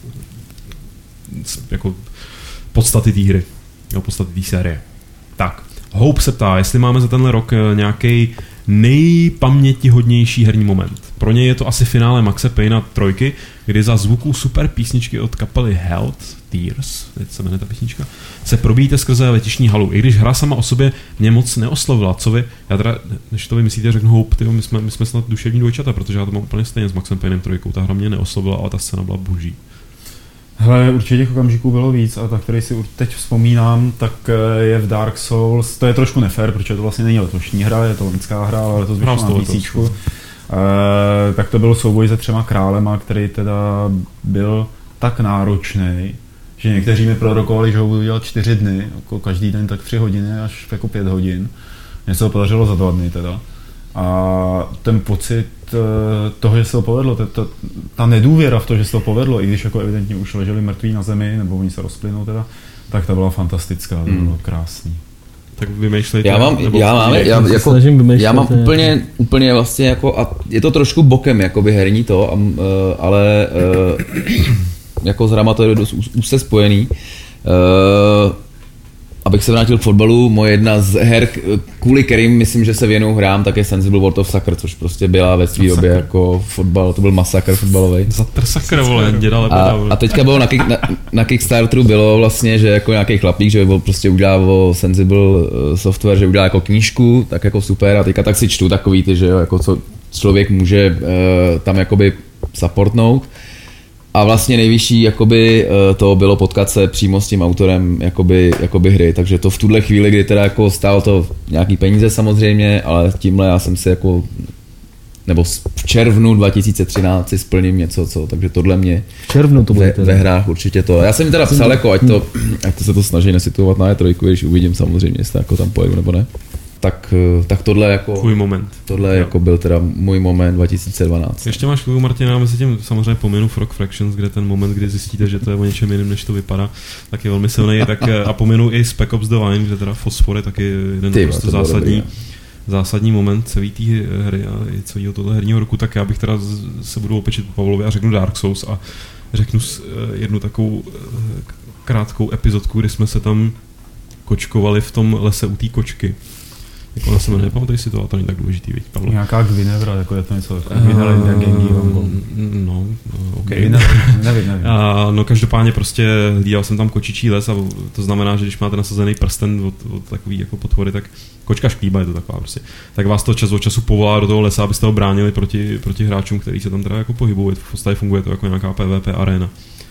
jako podstaty té hry, jo, podstaty té série. Tak, Hope se ptá, jestli máme za tenhle rok nějaký nejpamětihodnější herní moment. Pro něj je to asi finále Maxe Payna trojky, kdy za zvuku super písničky od kapely Health Tears, teď se jmenuje ta písnička, se probíjíte skrze letišní halu. I když hra sama o sobě mě moc neoslovila, co vy, já teda, než to vymyslíte, řeknu Hope, tyjo, my, jsme, my jsme snad duševní dvojčata, protože já to mám úplně stejně s Maxem Paynem trojkou, ta hra mě neoslovila, ale ta scéna byla boží. Hele, určitě těch okamžiků bylo víc a ta, který si teď vzpomínám, tak je v Dark Souls, to je trošku nefér, protože to vlastně není letošní hra, je to loňská hra, ale to vyšlo na PCčku. E, tak to byl souboj se třema králema, který teda byl tak náročný, že někteří mi prorokovali, že ho budu dělat čtyři dny, jako každý den tak tři hodiny až jako pět hodin. Mně se to podařilo za dva dny teda. A ten pocit toho, že se to povedlo, ta, ta, ta nedůvěra v to, že se to povedlo, i když jako evidentně už leželi mrtví na zemi, nebo oni se rozplynou teda, tak ta byla fantastická, to bylo krásný. Tak vymýšlejte. Já mám, já mám, já, jako, já mám úplně, úplně vlastně jako, a je to trošku bokem, jakoby herní to, uh, ale uh, jako s hrama to je dost úzce spojený. Uh, Abych se vrátil k fotbalu, moje jedna z her, kvůli kterým myslím, že se věnou hrám, tak je Sensible World of Soccer, což prostě byla ve své době jako fotbal, to byl masakr fotbalový. Zatr sakr, vole, děda lebeda. A, a teďka bylo na, kick, na, na Kickstarteru bylo vlastně, že jako nějaký chlapík, že byl prostě udělal o Sensible Software, že udělal jako knížku, tak jako super a teďka tak si čtu takový ty, že jo, jako co člověk může uh, tam jakoby supportnout. A vlastně nejvyšší jakoby, to bylo potkat se přímo s tím autorem jakoby, jakoby hry, takže to v tuhle chvíli, kdy teda jako stálo to nějaký peníze samozřejmě, ale tímhle já jsem si jako, nebo v červnu dva tisíce třináct si splním něco, co, takže tohle mě v červnu to bude ve, ve hrách určitě to. Já jsem jim teda psal, jako, ať, to, ať to se to snaží nesituovat na E tři, když uvidím samozřejmě, jestli jako tam pojedu nebo ne. Tak, tak tohle jako tvůj moment. Tohle jako byl teda můj moment dva tisíce dvanáct. Ještě máš chvíli, Martina, mezi tím samozřejmě pominu Frog Fractions, kde ten moment, kdy zjistíte, že to je o něčem jiným, než to vypadá, tak je velmi silný. Tak a pominu i Spec Ops The Line, kde teda Fosfor je taky jeden Ty, prostě zásadní, dobrý, zásadní moment celé té hry a i celého tohle herního roku. Tak já bych teda se budu opečit po Pavlovi a řeknu Dark Souls a řeknu jednu takovou krátkou epizodku, kdy jsme se tam kočkovali v tom lese u té kočky. Jak ona se jmenuje, nepamatuji si to, a to není tak důležitý, viď, Pavlo? Nějaká Gvinevra, jako je to něco, Gvinevra uh, Game No, ok. Nevím, nevím, nevím. A A no každopádně prostě hlídal jsem tam kočičí les a to znamená, že když máte nasazený prsten od, od takový jako potvory, tak kočka šklíba je to taková prostě. Tak vás to čas od času povolá do toho lesa, abyste ho bránili proti, proti hráčům, kteří se tam teda jako pohybují. V podstatě funguje to jako nějaká P V P arena.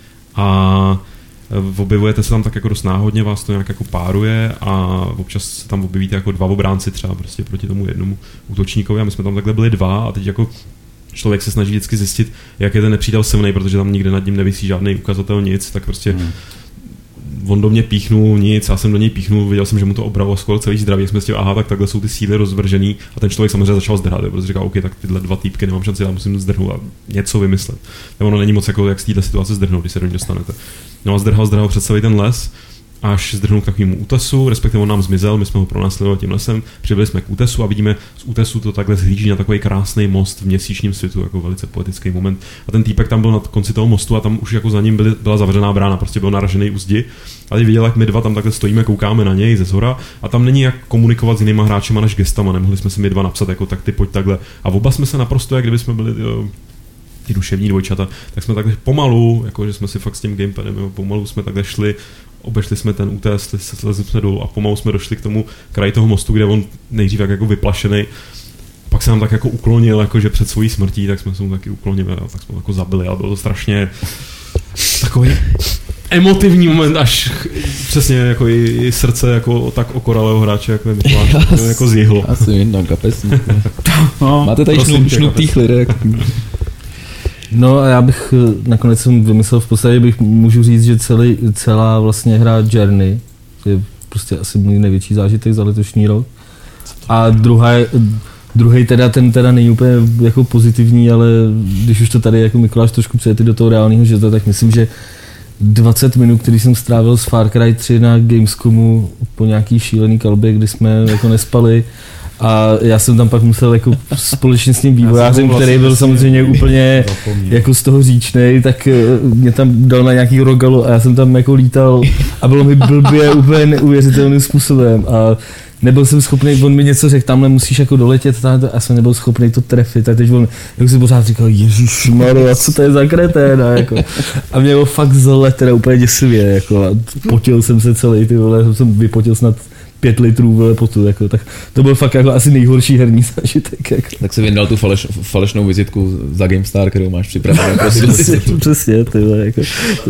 A objevujete se tam tak jako dost náhodně, vás to nějak jako páruje a občas se tam objevíte jako dva obránci třeba prostě proti tomu jednomu útočníkovi a my jsme tam takhle byli dva a teď jako člověk se snaží vždycky zjistit, jak je ten nepřítel silný, protože tam nikde nad ním nevisí žádný ukazatel, nic, tak prostě hmm. on do mě píchnul nic, já jsem do něj píchnul, viděl jsem, že mu to obralo skoro celý zdraví, jsme si aha, tak takhle jsou ty síly rozvržený a ten člověk samozřejmě začal zdrhat, protože říkal, OK, tak tyhle dva týpky nemám šanci, já musím zdrhnout a něco vymyslet. A ono není moc jako, jak z této situace zdrhnout, když se do ní dostanete. No a zdrhal, zdrhal před celý ten les, až zdrhnul k takovému útesu, respektive on nám zmizel, my jsme ho pronásledovali tím lesem, přibyli jsme k útesu a vidíme z útesu to takhle zhlíží na takový krásný most v měsíčním světu, jako velice poetický moment. A ten týpek tam byl na konci toho mostu a tam už jako za ním byly, byla zavřená brána, prostě byl naražený u zdi. A teď viděl, jak my dva tam takhle stojíme, koukáme na něj ze zhora a tam není jak komunikovat s jinýma hráčema než gestama, nemohli jsme si my dva napsat jako tak ty pojď takhle. A oba jsme se naprosto, jak kdyby jsme byli jo, ty duševní dvojčata, tak jsme takhle pomalu, jako že jsme si fakt s tím gamepadem, jo, pomalu jsme takhle šli, obešli jsme ten útes, slezli jsme dolů a pomalu jsme došli k tomu kraji toho mostu, kde on nejdřív jak jako vyplašený, pak se nám tak jako uklonil, jakože před svojí smrtí, tak jsme se mu taky uklonili a tak jsme ho jako zabili, ale bylo to strašně takový emotivní moment, až přesně jako i, i srdce jako tak okoralého hráče, jako je Mikuláš, jako zjihlo. Asi jednou kapesník. No, máte tady šnup, šnuptých lidek. No a já bych nakonec jsem vymyslel v podstatě, bych můžu říct, že celý, celá vlastně hra Journey je prostě asi můj největší zážitek za letošní rok. A druhá, druhý teda, ten teda není úplně jako pozitivní, ale když už to tady jako Mikuláš trošku přejete do toho reálného života, tak myslím, že dvacet minut, který jsem strávil s Far Cry tři na Gamescomu po nějaký šílený kalbě, kdy jsme jako nespali, a já jsem tam pak musel jako společně s tím vývojářem, vlastně který byl samozřejmě úplně zapomněl. Jako z toho říčnej, tak mě tam dal na nějaký rogalu a já jsem tam jako lítal a bylo mi blbě úplně neuvěřitelným způsobem a nebyl jsem schopný, on mi něco řekl, tamhle musíš jako doletět, a já jsem nebyl schopný to trefit, a teď on jako si pořád říkal, ježišmarja, co to je za kreténa, jako. A mě bylo fakt zle, teda úplně děsivě, jako, a potil jsem se celý, ty vole, jsem vypotil snad pět litrů vole potu, jako, tak to byl fakt jako asi nejhorší herní zážitek. Jako. Tak si vyndal tu faleš, falešnou vizitku za GameStar, kterou máš připravenou. Přesně, ty vole, jako.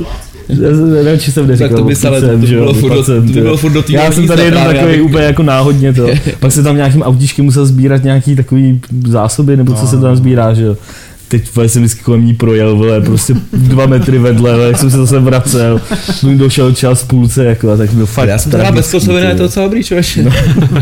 Já či jsem neříkal, tak to by se ale to by bylo furt do, to by bylo furt do já jsem tady jenom takový abych... úplně jako náhodně to. Pak se tam nějakým autíčkem musel sbírat nějaký takový zásoby, nebo co no. se tam sbírá, že jo. Teď jsem vždycky kolem ní projel, vole, prostě dva metry vedle, jak jsem se zase vracel, mi došel čas půlce, jako, a tak byl fakt. Já jsem teda bez kosoviny, je to docela dobrý, člověk. No.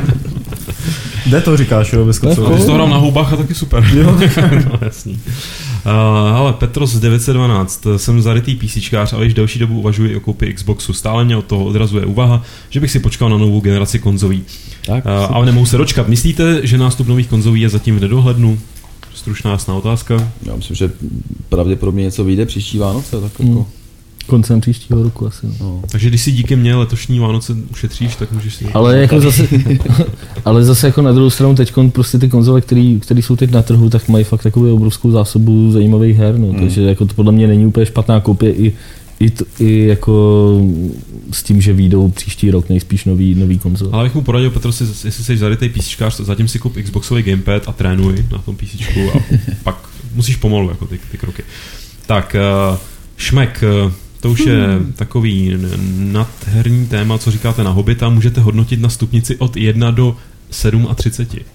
Kde to říkáš, jo, bez kosoviny? Když to hrám na houbách a taky super. Jo, no, jasný. Uh, ale Petros devět set dvanáct, jsem zarytý PCčkář, ale již delší dobu uvažuji o koupi Xboxu. Stále mě od toho odrazuje úvaha, že bych si počkal na novou generaci konzolí. Tak, uh, ale nemohu se dočkat. Myslíte, že nástup nových konzolí je zatím v nedohlednu? Stručná jasná otázka. Já myslím, že pravděpodobně něco vyjde příští Vánoce. Tak jako... hmm. Koncem příštího roku asi. No. Takže když si díky mně letošní Vánoce ušetříš, tak můžeš si... Ale jako zase, ale zase jako na druhou stranu teď prostě ty konzole, které jsou teď na trhu, tak mají fakt takovou obrovskou zásobu zajímavých her. No. Hmm. Takže jako to podle mě není úplně špatná koupě i, i, t, i jako s tím, že vyjdou příští rok nejspíš nový, nový konzole. Ale bych mu poradil, Petro, si, jestli jsi zarytej PCčkář, zatím si kup Xboxový gamepad a trénuj na tom PCčku a pak musíš pomalu jako ty, ty kroky. Tak, uh, Šmek, uh, to už je hmm. takový nadherní téma, co říkáte na Hobita, můžete hodnotit na stupnici od jedna do třicet sedm.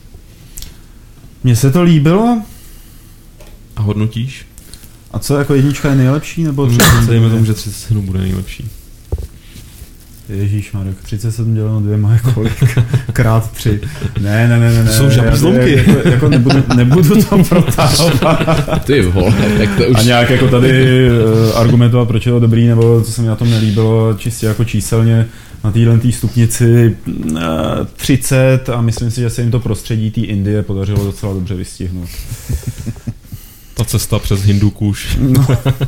Mně se to líbilo. A hodnotíš? A co, jako jednička je nejlepší, nebo třicet sedm? Dejme tomu, že třicet sedm bude nejlepší. Ježíšmarek, třicet sedm děleno dvěma je kolik? Krát tři. Ne, ne, ne, ne. To jsou žabí zlomky. Jako, jako nebudu, nebudu to protahovat. Ty vole, tak to už... A nějak jako tady uh, argumentovat, proč je to dobrý, nebo co se mi na tom nelíbilo, čistě jako číselně na téhle tý stupnici uh, třicet a myslím si, že se jim to prostředí té Indie podařilo docela dobře vystihnout. Ta cesta přes Hindukuš. No.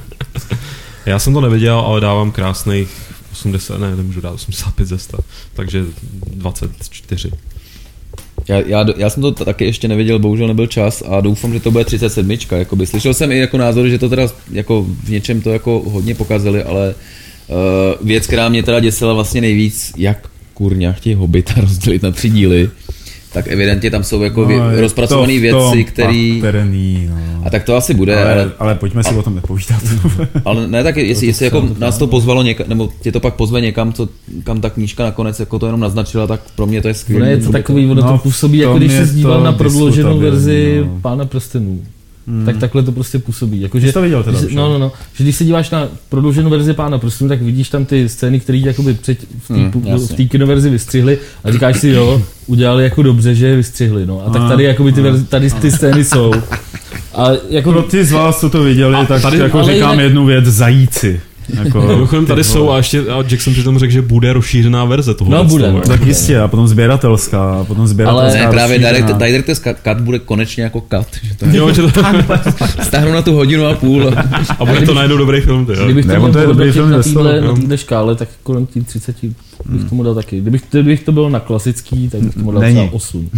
Já jsem to neviděl, ale dávám krásných osmdesát, ne, nemůžu dát osmdesát pět ze sta, takže dvacet čtyři. Já, já, já jsem to taky ještě nevěděl, bohužel nebyl čas a doufám, že to bude třicet sedm. Jakoby. Slyšel jsem i jako názory, že to teda jako v něčem to jako hodně pokazili, ale uh, věc, která mě teda děsila vlastně nejvíc, jak kurňa chtějí Hobita rozdělit na tři díly, tak evidentně tam jsou jako no, rozpracované věci, které... No. A tak to asi bude, ale... Ale, ale pojďme si a, o tom nepovídat. Ale ne, tak jestli, jestli jako nás to pozvalo někam, nebo tě to pak pozve někam, co, kam ta knížka nakonec jako to jenom naznačila, tak pro mě to je skvělé. No je to takový, ono no, to působí, jako když se díval na prodlouženou verzi no. Pána prstenů. Hmm. Tak takhle to prostě působí. Jako, že, to viděl teda že, no, no, no, že když se díváš na prodlouženou verzi Pána prstenů, tak vidíš tam ty scény, které jakoby před, v té hmm, kinoverzi vystřihli a říkáš si, jo, udělali jako dobře, že je vystřihli. No. A tak tady, jakoby, ty, verzi, tady ty scény jsou. A jako, pro ty z vás, co to viděli, a tak tady, jako říkám jinak... jednu věc, zajíci. Jako, mimochodem tady jsou a ještě a Jackson přitom řekl, že bude rozšířená verze toho. No bude. No. Tak jistě, a potom sběratelská, a potom sběratelská. Ale ne, právě Director's Cut bude konečně jako cut. Že to jo, že to stáhnu na tu hodinu a půl. A bude to najednou dobrý film. Ty, kdybych to měl hodnotit na téhle na téhle škále, tak kolem tím třiceti bych tomu dal taky. Kdybych, kdybych to bylo na klasický, tak bych tomu dal třeba osm.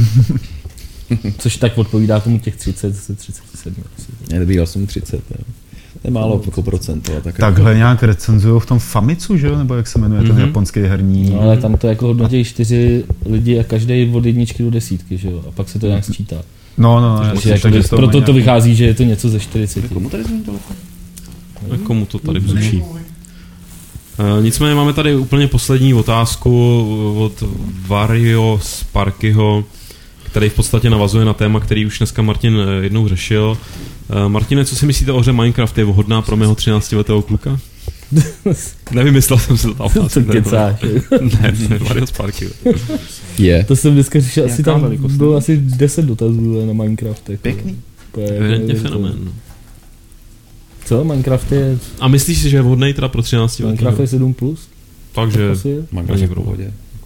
Což tak odpovídá tomu těch třicet, třicet sedm. Ne, to by osm třicet. To je málo jako procent. Tak Takhle jako... nějak recenzujou v tom Famitsu, že jo? Nebo jak se jmenuje mm-hmm. ten japonský herní. No ale tam to jako hodnotí čtyři lidi a každý od jedničky do desítky, že jo? A pak se to nějak sčítá. No, no, no. Takže jako proto to nějaký... vychází, že je to něco ze čtyřicet. Komu tady zvoní telefon? Komu to tady bzučí? Uh, nicméně máme tady úplně poslední otázku od Vario Sparkyho, který v podstatě navazuje na téma, který už dneska Martin jednou řešil. Uh, Martine, co si myslíte o hře Minecraft? Je vhodná pro mého třináctiletého kluka? Nevymyslel jsem si to tam. To kecáš. Ne, ne, Vario Sparky. Je. To jsem dneska řešil, asi tam bylo asi deset dotazů na Minecraft. Jako. Pěkný. Evidentně fenomén. Co? Minecraft je... A myslíš si, že je vhodný teda pro třináctiletého? Minecraft je sedm plus? Takže... Minecraft je v pohodě.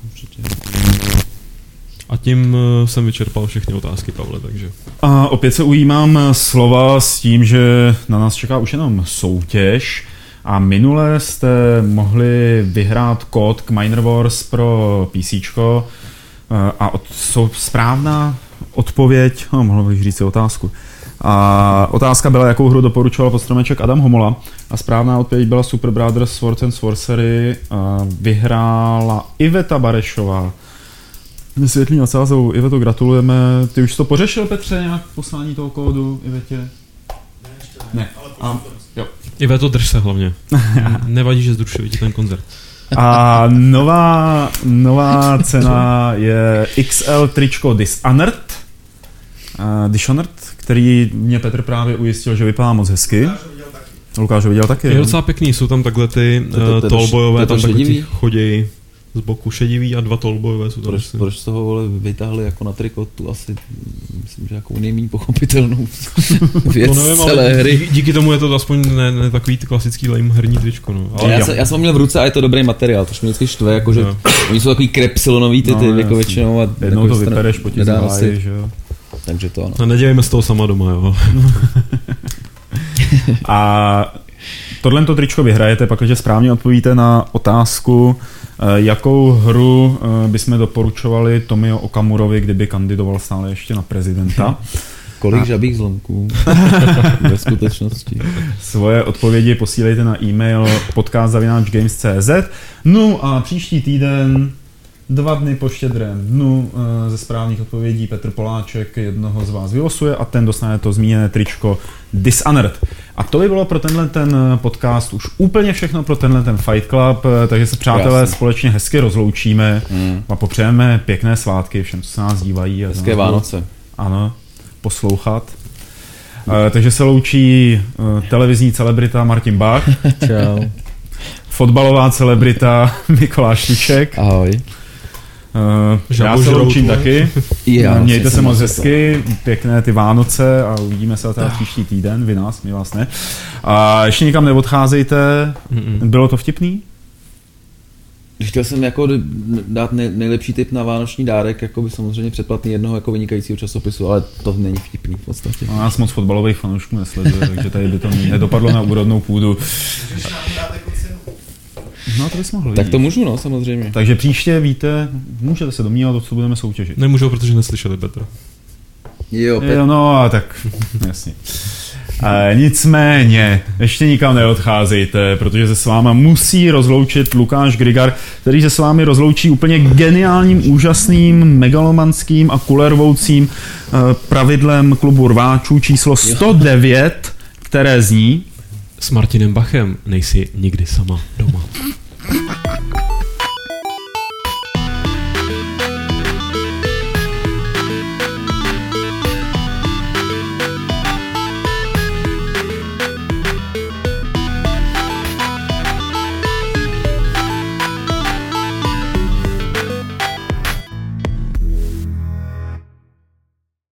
A tím jsem vyčerpal všechny otázky, Pavle, takže... A opět se ujímám slova s tím, že na nás čeká už jenom soutěž a minule jste mohli vyhrát kód k Miner Wars pro PCčko a od, jsou správná odpověď, no, mohl bych říct si otázku. A otázka byla, jakou hru doporučoval podstromeček Adam Homola a správná odpověď byla Super Brothers Swords and Sorcery a vyhrála Iveta Barešová. Světlý nad sázou. Iveto, gratulujeme. Ty už to pořešil, Petře, nějak poslání toho kódu Ivetě? Ne, ještě ne. ne. A, jo. Iveto, drž se hlavně. Nevadí, že zrušili ti ten koncert. A nová, nová cena je X L tričko Dishonored, uh, Dishonored, který mě Petr právě ujistil, že vypadá moc hezky. Lukáš ho viděl taky. Je docela pěkný, jsou tam takhle ty uh, tallboyové, tam takhle ti chodějí z boku šedivý a dva tallboyové jsou tam. Proč, proč z toho vole vytáhli jako na trikotu asi, myslím, že jako nejméně pochopitelnou věc to nevím, celé hry. Díky, díky tomu je to aspoň ne, ne takový klasický lame herní tričko. No. Ale já, se, já jsem ho měl v ruce a je to dobrý materiál, to mě vždycky štve, jakože no. Oni jsou takový krepsilonový ty, ty no, jako většinou. A jednou to vypereš po těch zváji, že jo. Takže to ano. A nedělejme z toho sama doma, jo. A tohle to tričko vyhrajete, pakliže správně odpovíte na otázku, jakou hru bychom doporučovali Tomio Okamurovi, kdyby kandidoval stále ještě na prezidenta. Kolik žabých zlomků ve skutečnosti. Svoje odpovědi posílejte na e-mail podcast zavináč games tečka cé zet. No a příští týden, dva dny po štědrém dnu, ze správných odpovědí Petr Poláček jednoho z vás vylosuje a ten dostane to zmíněné tričko Dishonored. A to by bylo pro tenhle ten podcast už úplně všechno pro tenhle ten Fight Club, takže se přátelé Jasný. společně hezky rozloučíme mm. a popřejeme pěkné svátky všem, co se nás dívají. A hezké Vánoce. Ano, poslouchat. Uh, takže se loučí uh, televizní celebrita Martin Bach. Čau. Fotbalová celebrita Mikoláš Tuček. Ahoj. Uh, já se loučím taky. Já, Mějte se moc hezky, pěkné ty Vánoce a uvidíme se teda příští týden, vy nás, my vás ne. A ještě nikam neodcházejte, Mm-mm. bylo to vtipný? Chtěl jsem jako dát nejlepší tip na vánoční dárek, jako by samozřejmě předplatný jednoho jako vynikajícího časopisu, ale to není vtipný v podstatě. No, nás moc fotbalových fanoušků nesleduje, takže tady by to nedopadlo na úrodnou půdu. No to bys mohl. Tak to můžu, no, samozřejmě. Takže příště víte, můžete se domnívat, o co budeme soutěžit. Nemůžou, protože neslyšeli Petra. Jo, Pet... jo no a tak, jasně. E, nicméně, ještě nikam neodcházejte, protože se s váma musí rozloučit Lukáš Grigar, který se s vámi rozloučí úplně geniálním, úžasným, megalomanským a kulervoucím e, pravidlem klubu rváčů číslo sto devět, které zní: S Martinem Bachem nejsi nikdy sama doma.